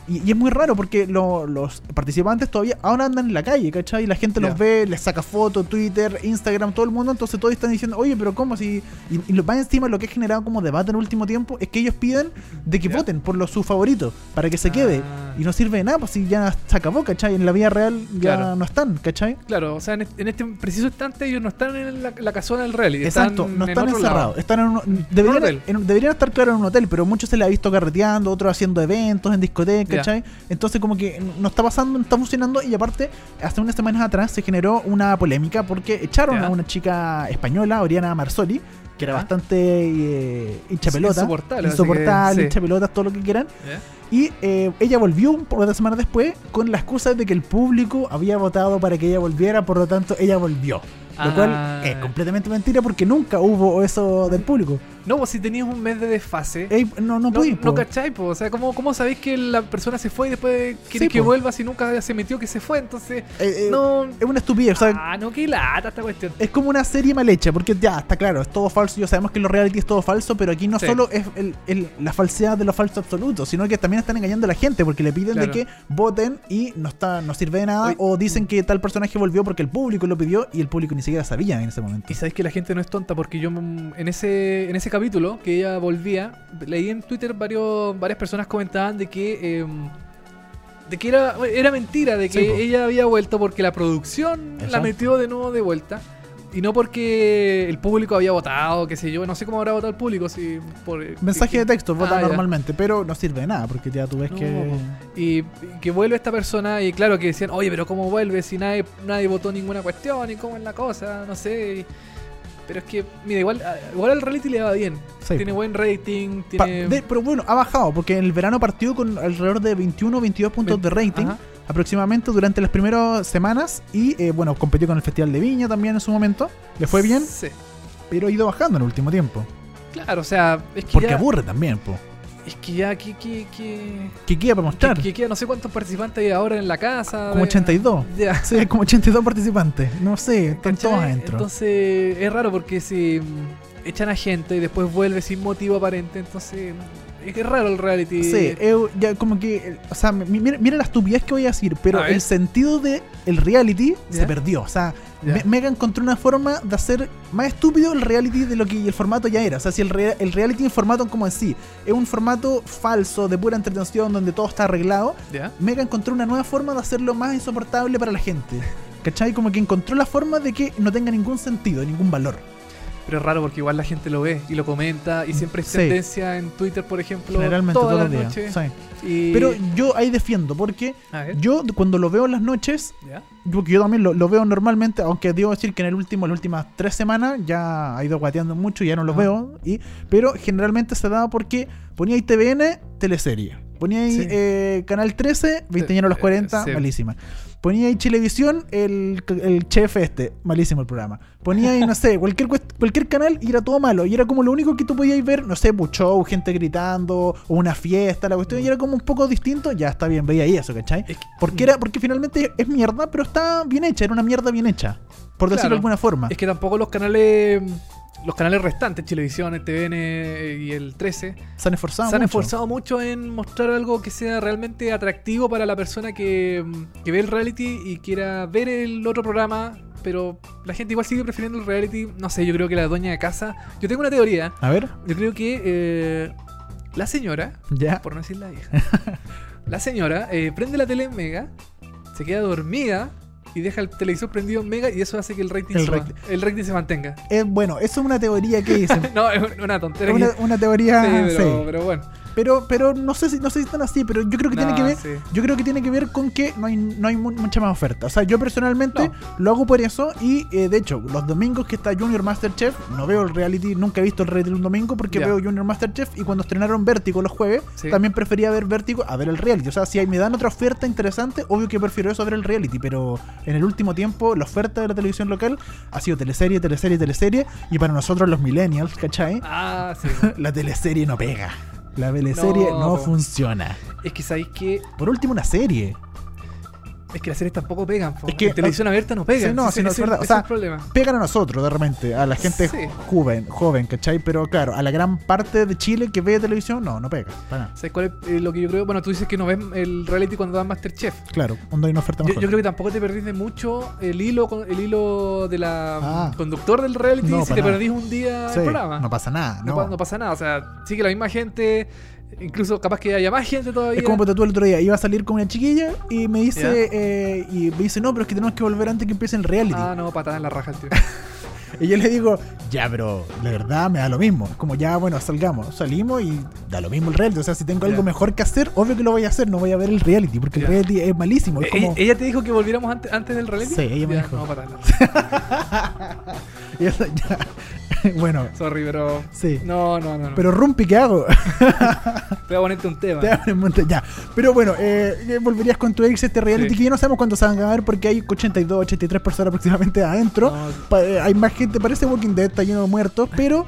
Y es muy raro porque los participantes todavía ahora andan en la calle, ¿cachai? Y la gente los ve, les saca fotos, Twitter, Instagram, todo el mundo. Entonces todos están diciendo, oye, pero ¿cómo? Si... Y más encima lo que ha generado como debate en el último tiempo es que ellos piden de que voten por su favorito para que se quede. Y no sirve de nada, pues si ya se acabó, ¿cachai? En la vida real ya no están, ¿cachai? Claro, o sea, en este preciso instante ellos no están en la casona del reality. Exacto, no están encerrados. Están deberían estar, claro, en un hotel, pero muchos se les ha visto carreteando, otros haciendo eventos en discotecas, ¿cachai? Entonces como que no está pasando, no está funcionando. Y aparte, hace unas semanas atrás se generó una polémica porque echaron a una chica española, Oriana Marsoli, que era bastante hincha pelota, insoportable, hincha pelota, todo lo que quieran. Y ella volvió un par de semanas después con la excusa de que el público había votado para que ella volviera, por lo tanto ella volvió. Lo cual es completamente mentira porque nunca hubo eso del público. No, pues si tenías un mes de desfase. No pude. No cachai, pues. O sea, ¿cómo sabéis que la persona se fue y después quiere que vuelva si nunca se metió que se fue? Entonces, no. Es una estupidez. O sea, no, qué lata esta cuestión. Es como una serie mal hecha, porque ya está claro, es todo falso. Ya sabemos que en los reality es todo falso, pero aquí no solo es la falsedad de lo falso absoluto, sino que también están engañando a la gente porque le piden de que voten y no sirve de nada. O dicen que tal personaje volvió porque el público lo pidió y el público ni siquiera sabía en ese momento. Y sabéis que la gente no es tonta porque yo en ese capítulo que ella volvía, leí en Twitter varias personas comentaban de que era mentira, de que ella había vuelto porque la producción la metió de nuevo de vuelta y no porque el público había votado, qué sé yo, no sé cómo habrá votado el público, si por mensaje de texto vota normalmente, pero no sirve de nada porque ya tú ves y que vuelve esta persona y claro que decían, oye, pero ¿cómo vuelve si nadie votó ninguna cuestión y cómo es la cosa? No sé. Pero es que, mira, igual al reality le va bien. Tiene buen rating. Pero bueno, ha bajado porque en el verano partió con alrededor de 21 o 22 puntos de rating aproximadamente durante las primeras semanas. Y bueno, competió con el Festival de Viña también en su momento. Le fue bien. Sí. Pero ha ido bajando en el último tiempo. Claro, o sea, es que porque aburre también, po. Es que ya, ¿qué queda para mostrar? Que queda, no sé cuántos participantes hay ahora en la casa. Como 82. Ya. Sí, hay como 82 participantes. No sé, están todos adentro. Entonces, es raro porque si echan a gente y después vuelve sin motivo aparente, entonces es raro el reality. Sí, ya como que, o sea, mira la estupidez que voy a decir, pero el sentido de el reality se perdió. O sea, Mega encontró una forma de hacer más estúpido el reality de lo que el formato ya era. O sea, si el reality en formato como en sí es un formato falso de pura entretención donde todo está arreglado, Mega encontró una nueva forma de hacerlo más insoportable para la gente. ¿Cachai? Como que encontró la forma de que no tenga ningún sentido, ningún valor. Pero es raro porque igual la gente lo ve y lo comenta y siempre es tendencia en Twitter, por ejemplo, generalmente todas las noches. Pero yo ahí defiendo porque yo cuando lo veo en las noches, porque yo también lo veo normalmente, aunque debo decir que en las últimas 3 semanas ya ha ido guateando mucho y ya no lo veo, pero generalmente se daba porque ponía ahí TVN, teleserie. Ponía ahí Canal 13, 20 años a los 40, malísima. Ponía ahí Chilevisión, el chef malísimo el programa. Ponía ahí, no sé, cualquier canal y era todo malo. Y era como lo único que tú podías ver, no sé, show, gente gritando, o una fiesta, la cuestión. Y era como un poco distinto, ya está bien, veía ahí eso, ¿cachai? Porque finalmente es mierda, pero está bien hecha, era una mierda bien hecha, por decirlo de alguna forma. Es que tampoco los canales restantes, Chilevisión, el TVN y el 13, se han esforzado mucho en mostrar algo que sea realmente atractivo para la persona que ve el reality y quiera ver el otro programa, pero la gente igual sigue prefiriendo el reality. No sé, yo creo que la dueña de casa... Yo tengo una teoría. A ver. Yo creo que la señora, por no decir la vieja, la señora prende la tele en Mega, se queda dormida y deja el televisor prendido en Mega y eso hace que el rating se mantenga. Bueno, eso es una teoría que dicen. No, es una tontería. Una teoría. Sí, pero bueno. Pero no sé si están así, pero yo creo que tiene que ver. Yo creo que tiene que ver con que no hay mucha más oferta. O sea, yo personalmente lo hago por eso. Y de hecho, los domingos que está Junior Masterchef, no veo el reality, nunca he visto el reality un domingo porque veo Junior Masterchef. Y cuando estrenaron Vértigo los jueves, también prefería ver Vértigo a ver el reality. O sea, si me dan otra oferta interesante, obvio que prefiero eso a ver el reality. Pero en el último tiempo, la oferta de la televisión local ha sido teleserie. Y para nosotros los millennials, ¿cachai? La teleserie no pega. La teleserie no funciona. Es que sabéis que... Por último, una serie. Es que las series tampoco pegan, es que en televisión abierta no pegan. Sí, no, ese, no es verdad. O sea, es el problema. Pegan a nosotros de repente, a la gente joven, ¿cachai? Pero claro, a la gran parte de Chile que ve televisión, no pega. ¿Sabes cuál es lo que yo creo? Bueno, tú dices que no ves el reality cuando dan Masterchef. Claro, cuando hay una oferta mejor. Yo creo que tampoco te perdís de mucho el hilo de la conductor del reality si te perdís un día el programa. No pasa nada. No pasa nada. O sea, sigue la misma gente. Incluso capaz que haya más gente todavía. Es como tú el otro día iba a salir con una chiquilla y me dice no, pero es que tenemos que volver antes que empiece el reality. No, patada en la raja el tío. Y yo le digo, ya, pero la verdad me da lo mismo. Es como, ya, bueno, salimos y da lo mismo el reality. O sea, si tengo algo mejor que hacer, obvio que lo voy a hacer. No voy a ver el reality, porque el reality es malísimo. Es como... ¿Ella te dijo que volviéramos antes del reality? Sí, ella me dijo. No, patada en la raja. Y eso, ya. Bueno. Sorry, pero... Sí. No. Pero Rumpi, ¿qué hago? Te voy a ponerte un tema. Ya. Pero bueno, volverías con tu ex este reality que ya no sabemos cuándo se van a ver porque hay 82, 83 personas aproximadamente adentro. Hay más gente, parece Walking Dead, está lleno de muertos, pero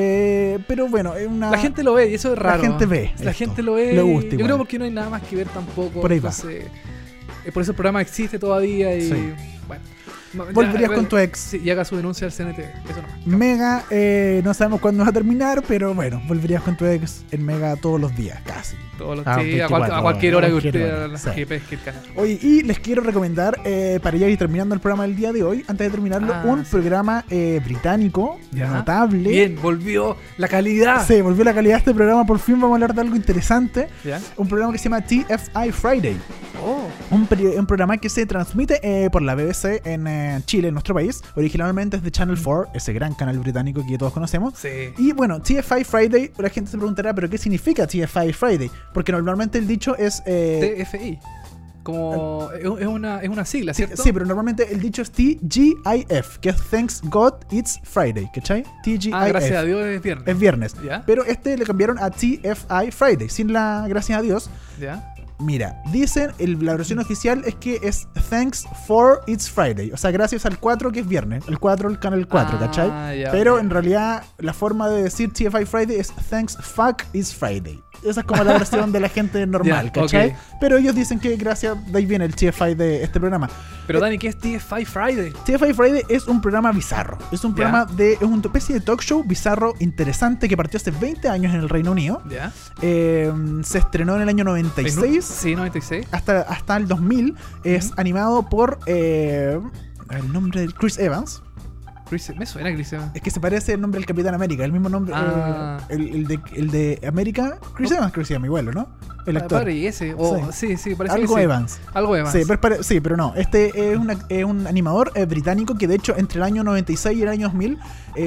bueno, es una... La gente lo ve y eso es raro. La gente ve. La gente lo ve. Le gusta igual. Yo creo porque no hay nada más que ver tampoco. Por ahí va. Por eso el programa existe todavía y... Sí. Bueno. Volverías con tu ex. Sí, y haga su denuncia al CNT. Eso no. Mega, no sabemos cuándo va a terminar, pero bueno, volverías con tu ex en Mega todos los días, casi. Todos los días, a cualquier hora que usted pesque el canal. Oye, y les quiero recomendar, para ya ir terminando el programa del día de hoy, antes de terminarlo, un programa británico, notable. Bien, volvió la calidad. Sí, volvió la calidad de este programa. Por fin vamos a hablar de algo interesante. ¿Ya? Un programa que se llama TFI Friday. Oh. Un programa que se transmite por la BBC en Chile, en nuestro país. Originalmente es de Channel 4, ese gran canal británico que todos conocemos. Sí. Y bueno, TFI Friday, la gente se preguntará, ¿pero qué significa TFI Friday? Porque normalmente el dicho es... TFI. Como... es una sigla, ¿cierto? Sí, pero normalmente el dicho es TGIF, que es Thanks God It's Friday, ¿cachai? TGIF. Gracias a Dios es viernes. Es viernes. ¿Ya? Pero le cambiaron a TFI Friday, sin la gracias a Dios. ¿Ya? Mira, dicen, la versión oficial es que es Thanks for It's Friday. O sea, gracias al 4 que es viernes. El 4, el canal 4, ¿cachai? Ya, pero en realidad la forma de decir TFI Friday es Thanks fuck It's Friday. Esa es como la versión de la gente normal, ¿cachai? Okay. Pero ellos dicen que gracias, de ahí viene el TFI de este programa. Pero Dani, ¿qué es TFI Friday? TFI Friday es un programa bizarro. Es un programa es una especie de talk show bizarro interesante que partió hace 20 años en el Reino Unido. ¿Ya? Se estrenó en el año 96. Sí, 96. Hasta el 2000. Es animado por el nombre de Chris Evans. Me suena Chris Evans. Es que se parece el nombre del Capitán América, el mismo nombre. El de América, Chris Evans, creo que se llama igual, ¿no? El actor. Ese. Sí, parece algo que Evans. Algo Evans. Sí, pero no. Este es un animador británico que de hecho entre el año 96 y el año 2000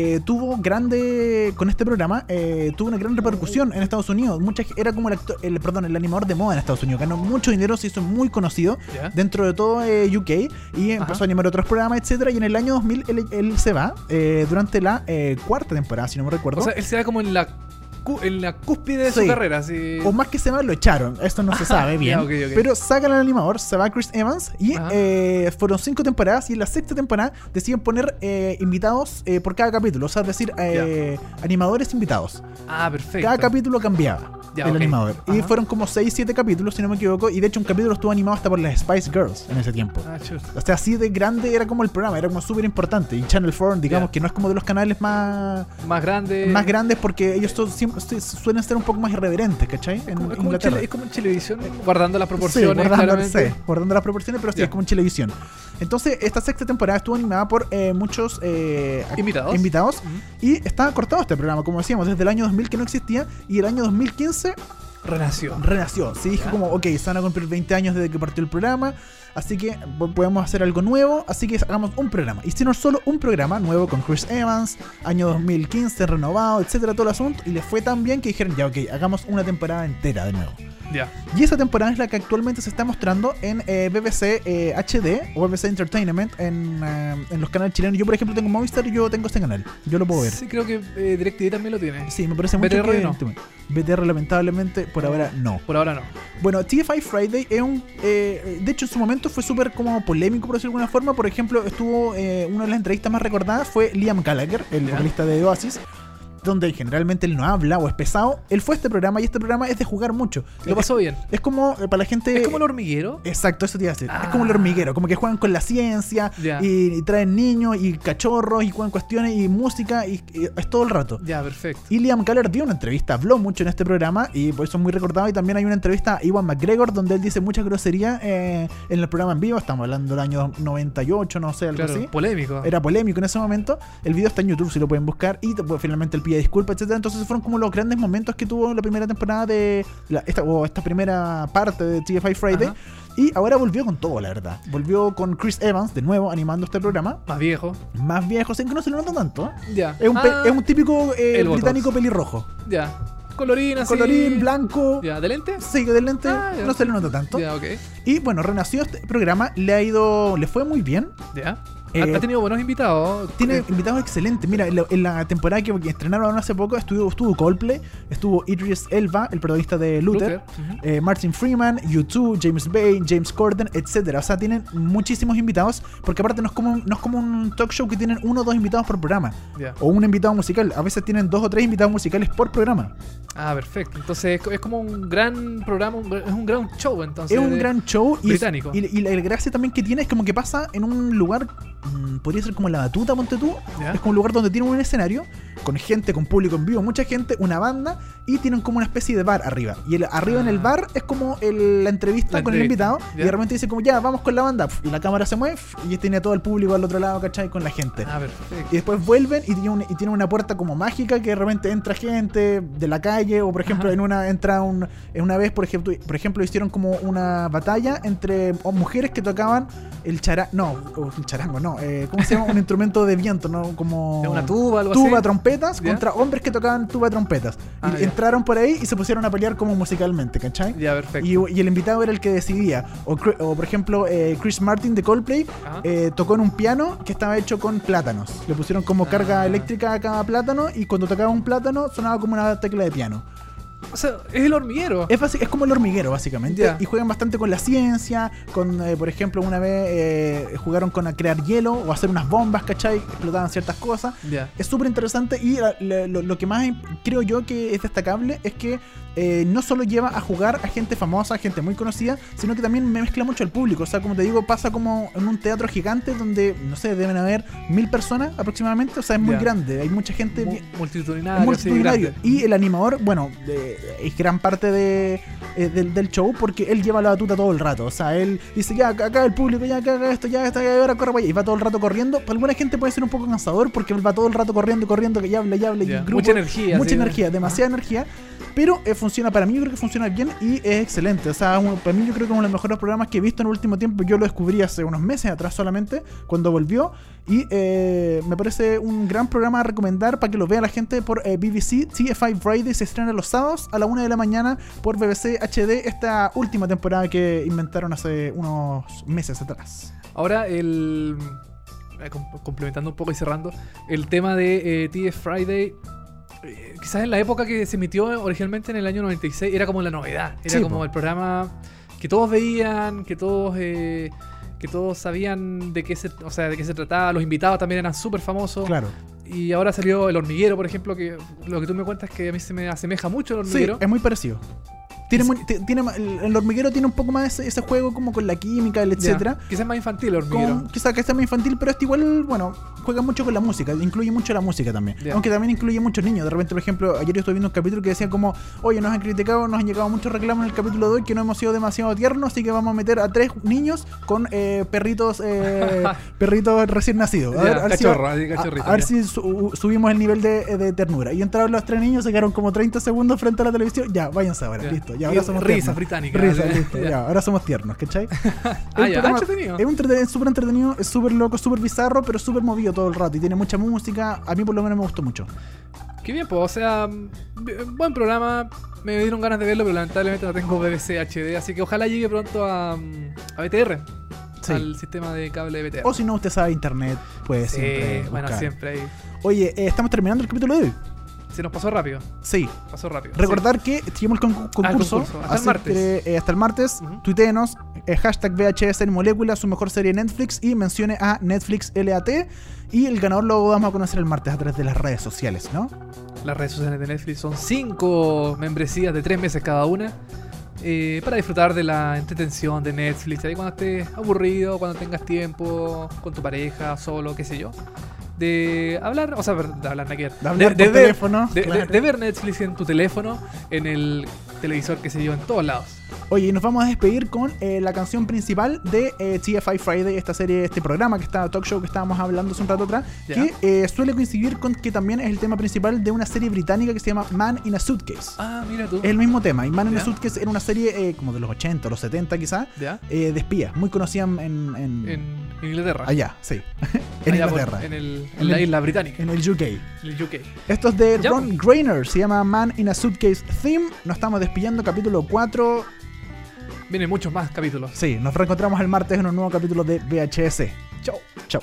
con este programa tuvo una gran repercusión en Estados Unidos. Era como el animador de moda en Estados Unidos. Ganó mucho dinero, se hizo muy conocido dentro de todo UK y empezó a animar otros programas, etcétera. Y en el año 2000 él se va durante la cuarta temporada, si no me recuerdo. O sea, él se va como en la cúspide de su carrera. Sí. O más que se va, lo echaron. Esto no se sabe bien. Okay. Pero sacan al animador, se va Chris Evans y fueron 5 temporadas y en la 6ª temporada deciden poner invitados por cada capítulo. O sea, es decir, animadores invitados. Perfecto. Cada capítulo cambiaba el animador. Y fueron como 6-7 capítulos, si no me equivoco. Y de hecho un capítulo estuvo animado hasta por las Spice Girls en ese tiempo. O sea, así de grande era como el programa. Era como súper importante. Y Channel 4, digamos que no es como de los canales más grandes porque ellos suelen ser un poco más irreverentes, ¿cachai? Es como en Chilevisión, guardando las proporciones. Guardando las proporciones, pero sí, es como en Chilevisión. Entonces, esta 6ª temporada estuvo animada por muchos invitados y estaba cortado este programa, como decíamos, desde el año 2000 que no existía y el año 2015 renació. Sí, dije como, ok, se van a cumplir 20 años desde que partió el programa, así que podemos hacer algo nuevo, así que hagamos un programa. Hicieron solo un programa nuevo con Chris Evans, año 2015, renovado, etcétera, todo el asunto, y les fue tan bien que dijeron, ya, ok, hagamos una temporada entera de nuevo. Y esa temporada es la que actualmente se está mostrando en BBC HD o BBC Entertainment en los canales chilenos. Yo, por ejemplo, tengo Movistar y yo tengo este canal. Yo lo puedo ver. Sí, creo que DirecTV también lo tiene. Sí, me parece mucho BTR que... no. BTR lamentablemente por ahora no. Por ahora no. Bueno, TFI Friday es de hecho en su momento fue súper como polémico, por decirlo de alguna forma. Por ejemplo, estuvo una de las entrevistas más recordadas fue Liam Gallagher, el vocalista de Oasis. donde generalmente él no habla o es pesado, él fue a este programa y este programa es de jugar mucho. Lo pasó bien. Es como, para la gente... ¿Es como El Hormiguero? Exacto, eso te iba a decir. Es como El Hormiguero, como que juegan con la ciencia y traen niños y cachorros y juegan cuestiones y música y es todo el rato. Ya, perfecto. Y Liam Callard dio una entrevista, habló mucho en este programa y por eso es muy recordado. Y también hay una entrevista a Ewan McGregor donde él dice mucha grosería en el programa en vivo. Estamos hablando del año 98, no sé, algo así. Polémico. Era polémico en ese momento. El video está en YouTube si lo pueden buscar y finalmente él pide disculpas, etcétera. Entonces fueron como los grandes momentos que tuvo la primera temporada de esta primera parte de TFI Friday. Ajá. Y ahora volvió con todo, la verdad. Volvió con Chris Evans de nuevo animando este programa. Más viejo, sin que no se lo nota tanto. Ya. Es un típico británico pelirrojo. Ya. Colorín, blanco. ¿Ya? ¿De lente? Sí, de lente no se le nota tanto. Ya, ok. Y bueno, renació este programa, le fue muy bien. Ya. Ha tenido buenos invitados. Tiene invitados excelentes. Mira, en la temporada que estrenaron hace poco estuvo Coldplay, estuvo Idris Elba, el protagonista de Luther. Martin Freeman, U2, James Bay, James Corden, etcétera. O sea, tienen muchísimos invitados, porque aparte no es como un talk show que tienen 1 o 2 invitados por programa. O un invitado musical. A veces tienen 2 o 3 invitados musicales por programa. Ah, perfecto. Entonces es como un gran programa, es un gran show, entonces. Es un gran show británico. Y la gracia también que tiene es como que pasa en un lugar, podría ser como La Batuta, ponte tú. Es como un lugar donde tienen un escenario con gente, con público en vivo, mucha gente, una banda, y tienen como una especie de bar arriba. Y arriba en el bar es como la entrevista con el invitado. Y de repente dice como, ya, vamos con la banda. Y la cámara se mueve y tiene todo el público al otro lado, ¿cachai? Con la gente. Perfecto. Y después vuelven y tiene una puerta como mágica que de repente entra gente de la calle. O por ejemplo, en una vez, por ejemplo, hicieron como una batalla entre mujeres que tocaban el charango, no. ¿Cómo se llama? Un instrumento de viento, ¿no? Como una tuba, algo así. Tuba, trompetas, contra hombres que tocaban tuba, trompetas. Y entraron por ahí y se pusieron a pelear como musicalmente, ¿cachai? Ya, perfecto. Y el invitado era el que decidía. O por ejemplo, Chris Martin de Coldplay tocó en un piano que estaba hecho con plátanos. Le pusieron como carga eléctrica a cada plátano y cuando tocaba un plátano sonaba como una tecla de piano. O sea, es El Hormiguero. Es como El Hormiguero, básicamente. Y juegan bastante con la ciencia. Por ejemplo, una vez jugaron con a crear hielo o hacer unas bombas, ¿cachai? Explotaban ciertas cosas. Es súper interesante. Y lo que más creo yo que es destacable es que no solo lleva a jugar a gente famosa, a gente muy conocida, sino que también me mezcla mucho al público. O sea, como te digo, pasa como en un teatro gigante donde, no sé, deben haber 1000 personas aproximadamente. O sea, es muy grande. Hay mucha gente. Multitudinario. Y el animador, bueno, es gran parte del show porque él lleva la batuta todo el rato. O sea, él dice, ya, acá el público, ya, acá esto, ya, ahora corre para allá. Y va todo el rato corriendo. Para alguna gente puede ser un poco cansador porque él va todo el rato corriendo, que ya habla. Y grupo, mucha energía. Demasiada energía. Pero funciona, para mí yo creo que funciona bien y es excelente. O sea, para mí yo creo que es uno de los mejores programas que he visto en el último tiempo. Yo lo descubrí hace unos meses atrás solamente, cuando volvió. Y me parece un gran programa a recomendar para que lo vea la gente por BBC. TFI Friday se estrena los sábados a la 1 de la mañana por BBC HD, esta última temporada que inventaron hace unos meses atrás. Ahora, complementando un poco y cerrando, el tema de TFI Friday... quizás en la época que se emitió originalmente en el año 96 era como la novedad, era como el programa que todos veían, que todos sabían de qué se trataba, los invitados también eran súper famosos. Claro. Y ahora salió El Hormiguero, por ejemplo, que lo que tú me cuentas es que a mí se me asemeja mucho El Hormiguero. Sí, es muy parecido. El Hormiguero tiene un poco más ese juego como con la química, etcétera. Quizás más infantil El Hormiguero. Quizás que sea más infantil, pero igual, bueno, juega mucho con la música, incluye mucho la música también. Aunque también incluye muchos niños. De repente, por ejemplo, ayer yo estuve viendo un capítulo que decía como, oye, nos han criticado, nos han llegado muchos reclamos en el capítulo de hoy que no hemos sido demasiado tiernos, así que vamos a meter a 3 niños con perritos recién nacidos. A ver si subimos el nivel de ternura. Y entraron los 3 niños, se quedaron como 30 segundos frente a la televisión. Ya, váyanse ahora, listo. Ya, ahora somos risas británicas. Listo, ya, ahora somos tiernos, ¿cachai? Entretenido. Es súper entretenido, es súper loco, súper bizarro, pero súper movido todo el rato. Y tiene mucha música. A mí por lo menos me gustó mucho. Qué bien, pues, o sea, buen programa. Me dieron ganas de verlo, pero lamentablemente no tengo BBC HD. Así que ojalá llegue pronto a BTR. Sí. Al sistema de cable de BTR. O si no, usted sabe internet, pues siempre buscar. Bueno, siempre ahí. Oye, estamos terminando el capítulo de hoy. Se nos pasó rápido. Sí. Pasó rápido. Recordar que seguimos el concurso. Hasta el martes. Hasta el martes. Tuiteenos. Hashtag VHS en Molécula, su mejor serie Netflix. Y mencione a Netflix LAT. Y el ganador lo vamos a conocer el martes a través de las redes sociales, ¿no? Las redes sociales de Netflix son 5 membresías de 3 meses cada una. Para disfrutar de la entretención de Netflix. Ahí cuando estés aburrido, cuando tengas tiempo, con tu pareja, solo, qué sé yo. De hablar, o sea, de hablar, de teléfono. De ver Netflix en tu teléfono, en el televisor, qué sé yo, en todos lados. Oye, y nos vamos a despedir con la canción principal de TFI Friday, esta serie, este programa talk show que estábamos hablando hace un rato atrás, que suele coincidir con que también es el tema principal de una serie británica que se llama Man in a Suitcase. Ah, mira tú. Es el mismo tema, y Man in a Suitcase era una serie como de los 80, los 70 quizás, de espías, muy conocida en Inglaterra. Allá, sí. En Inglaterra. En la isla británica. En el UK. El UK. Esto es de Ron Grainer, se llama Man in a Suitcase Theme. Nos estamos despidiendo, capítulo 4. Vienen muchos más capítulos. Sí, nos reencontramos el martes en un nuevo capítulo de VHS. Chau. Chau.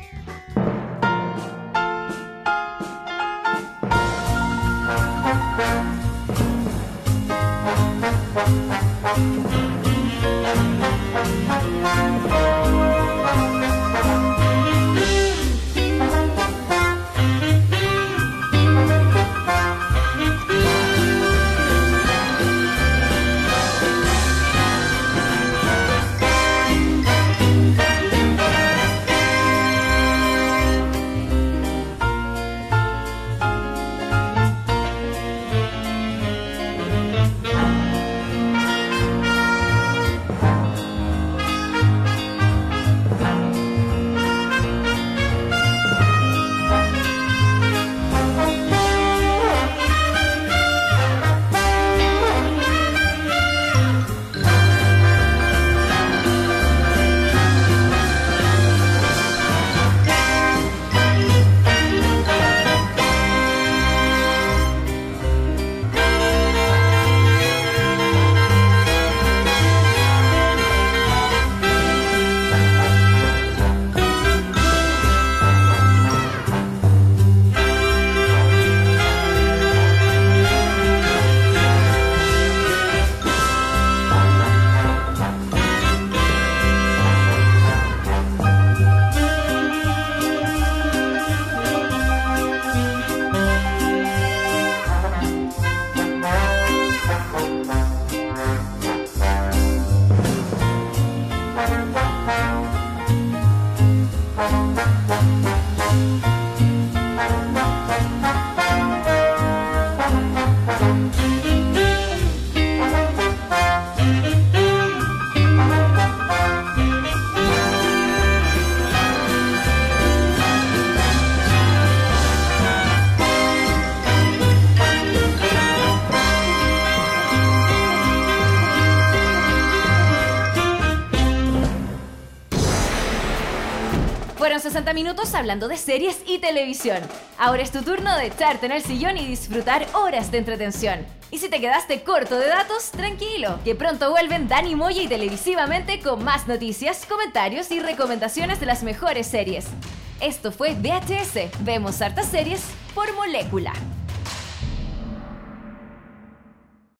Fueron 60 minutos hablando de series y televisión. Ahora es tu turno de echarte en el sillón y disfrutar horas de entretención. Y si te quedaste corto de datos, tranquilo, que pronto vuelven Dani Moya y Televisivamente con más noticias, comentarios y recomendaciones de las mejores series. Esto fue VHS. Vemos hartas series por molécula.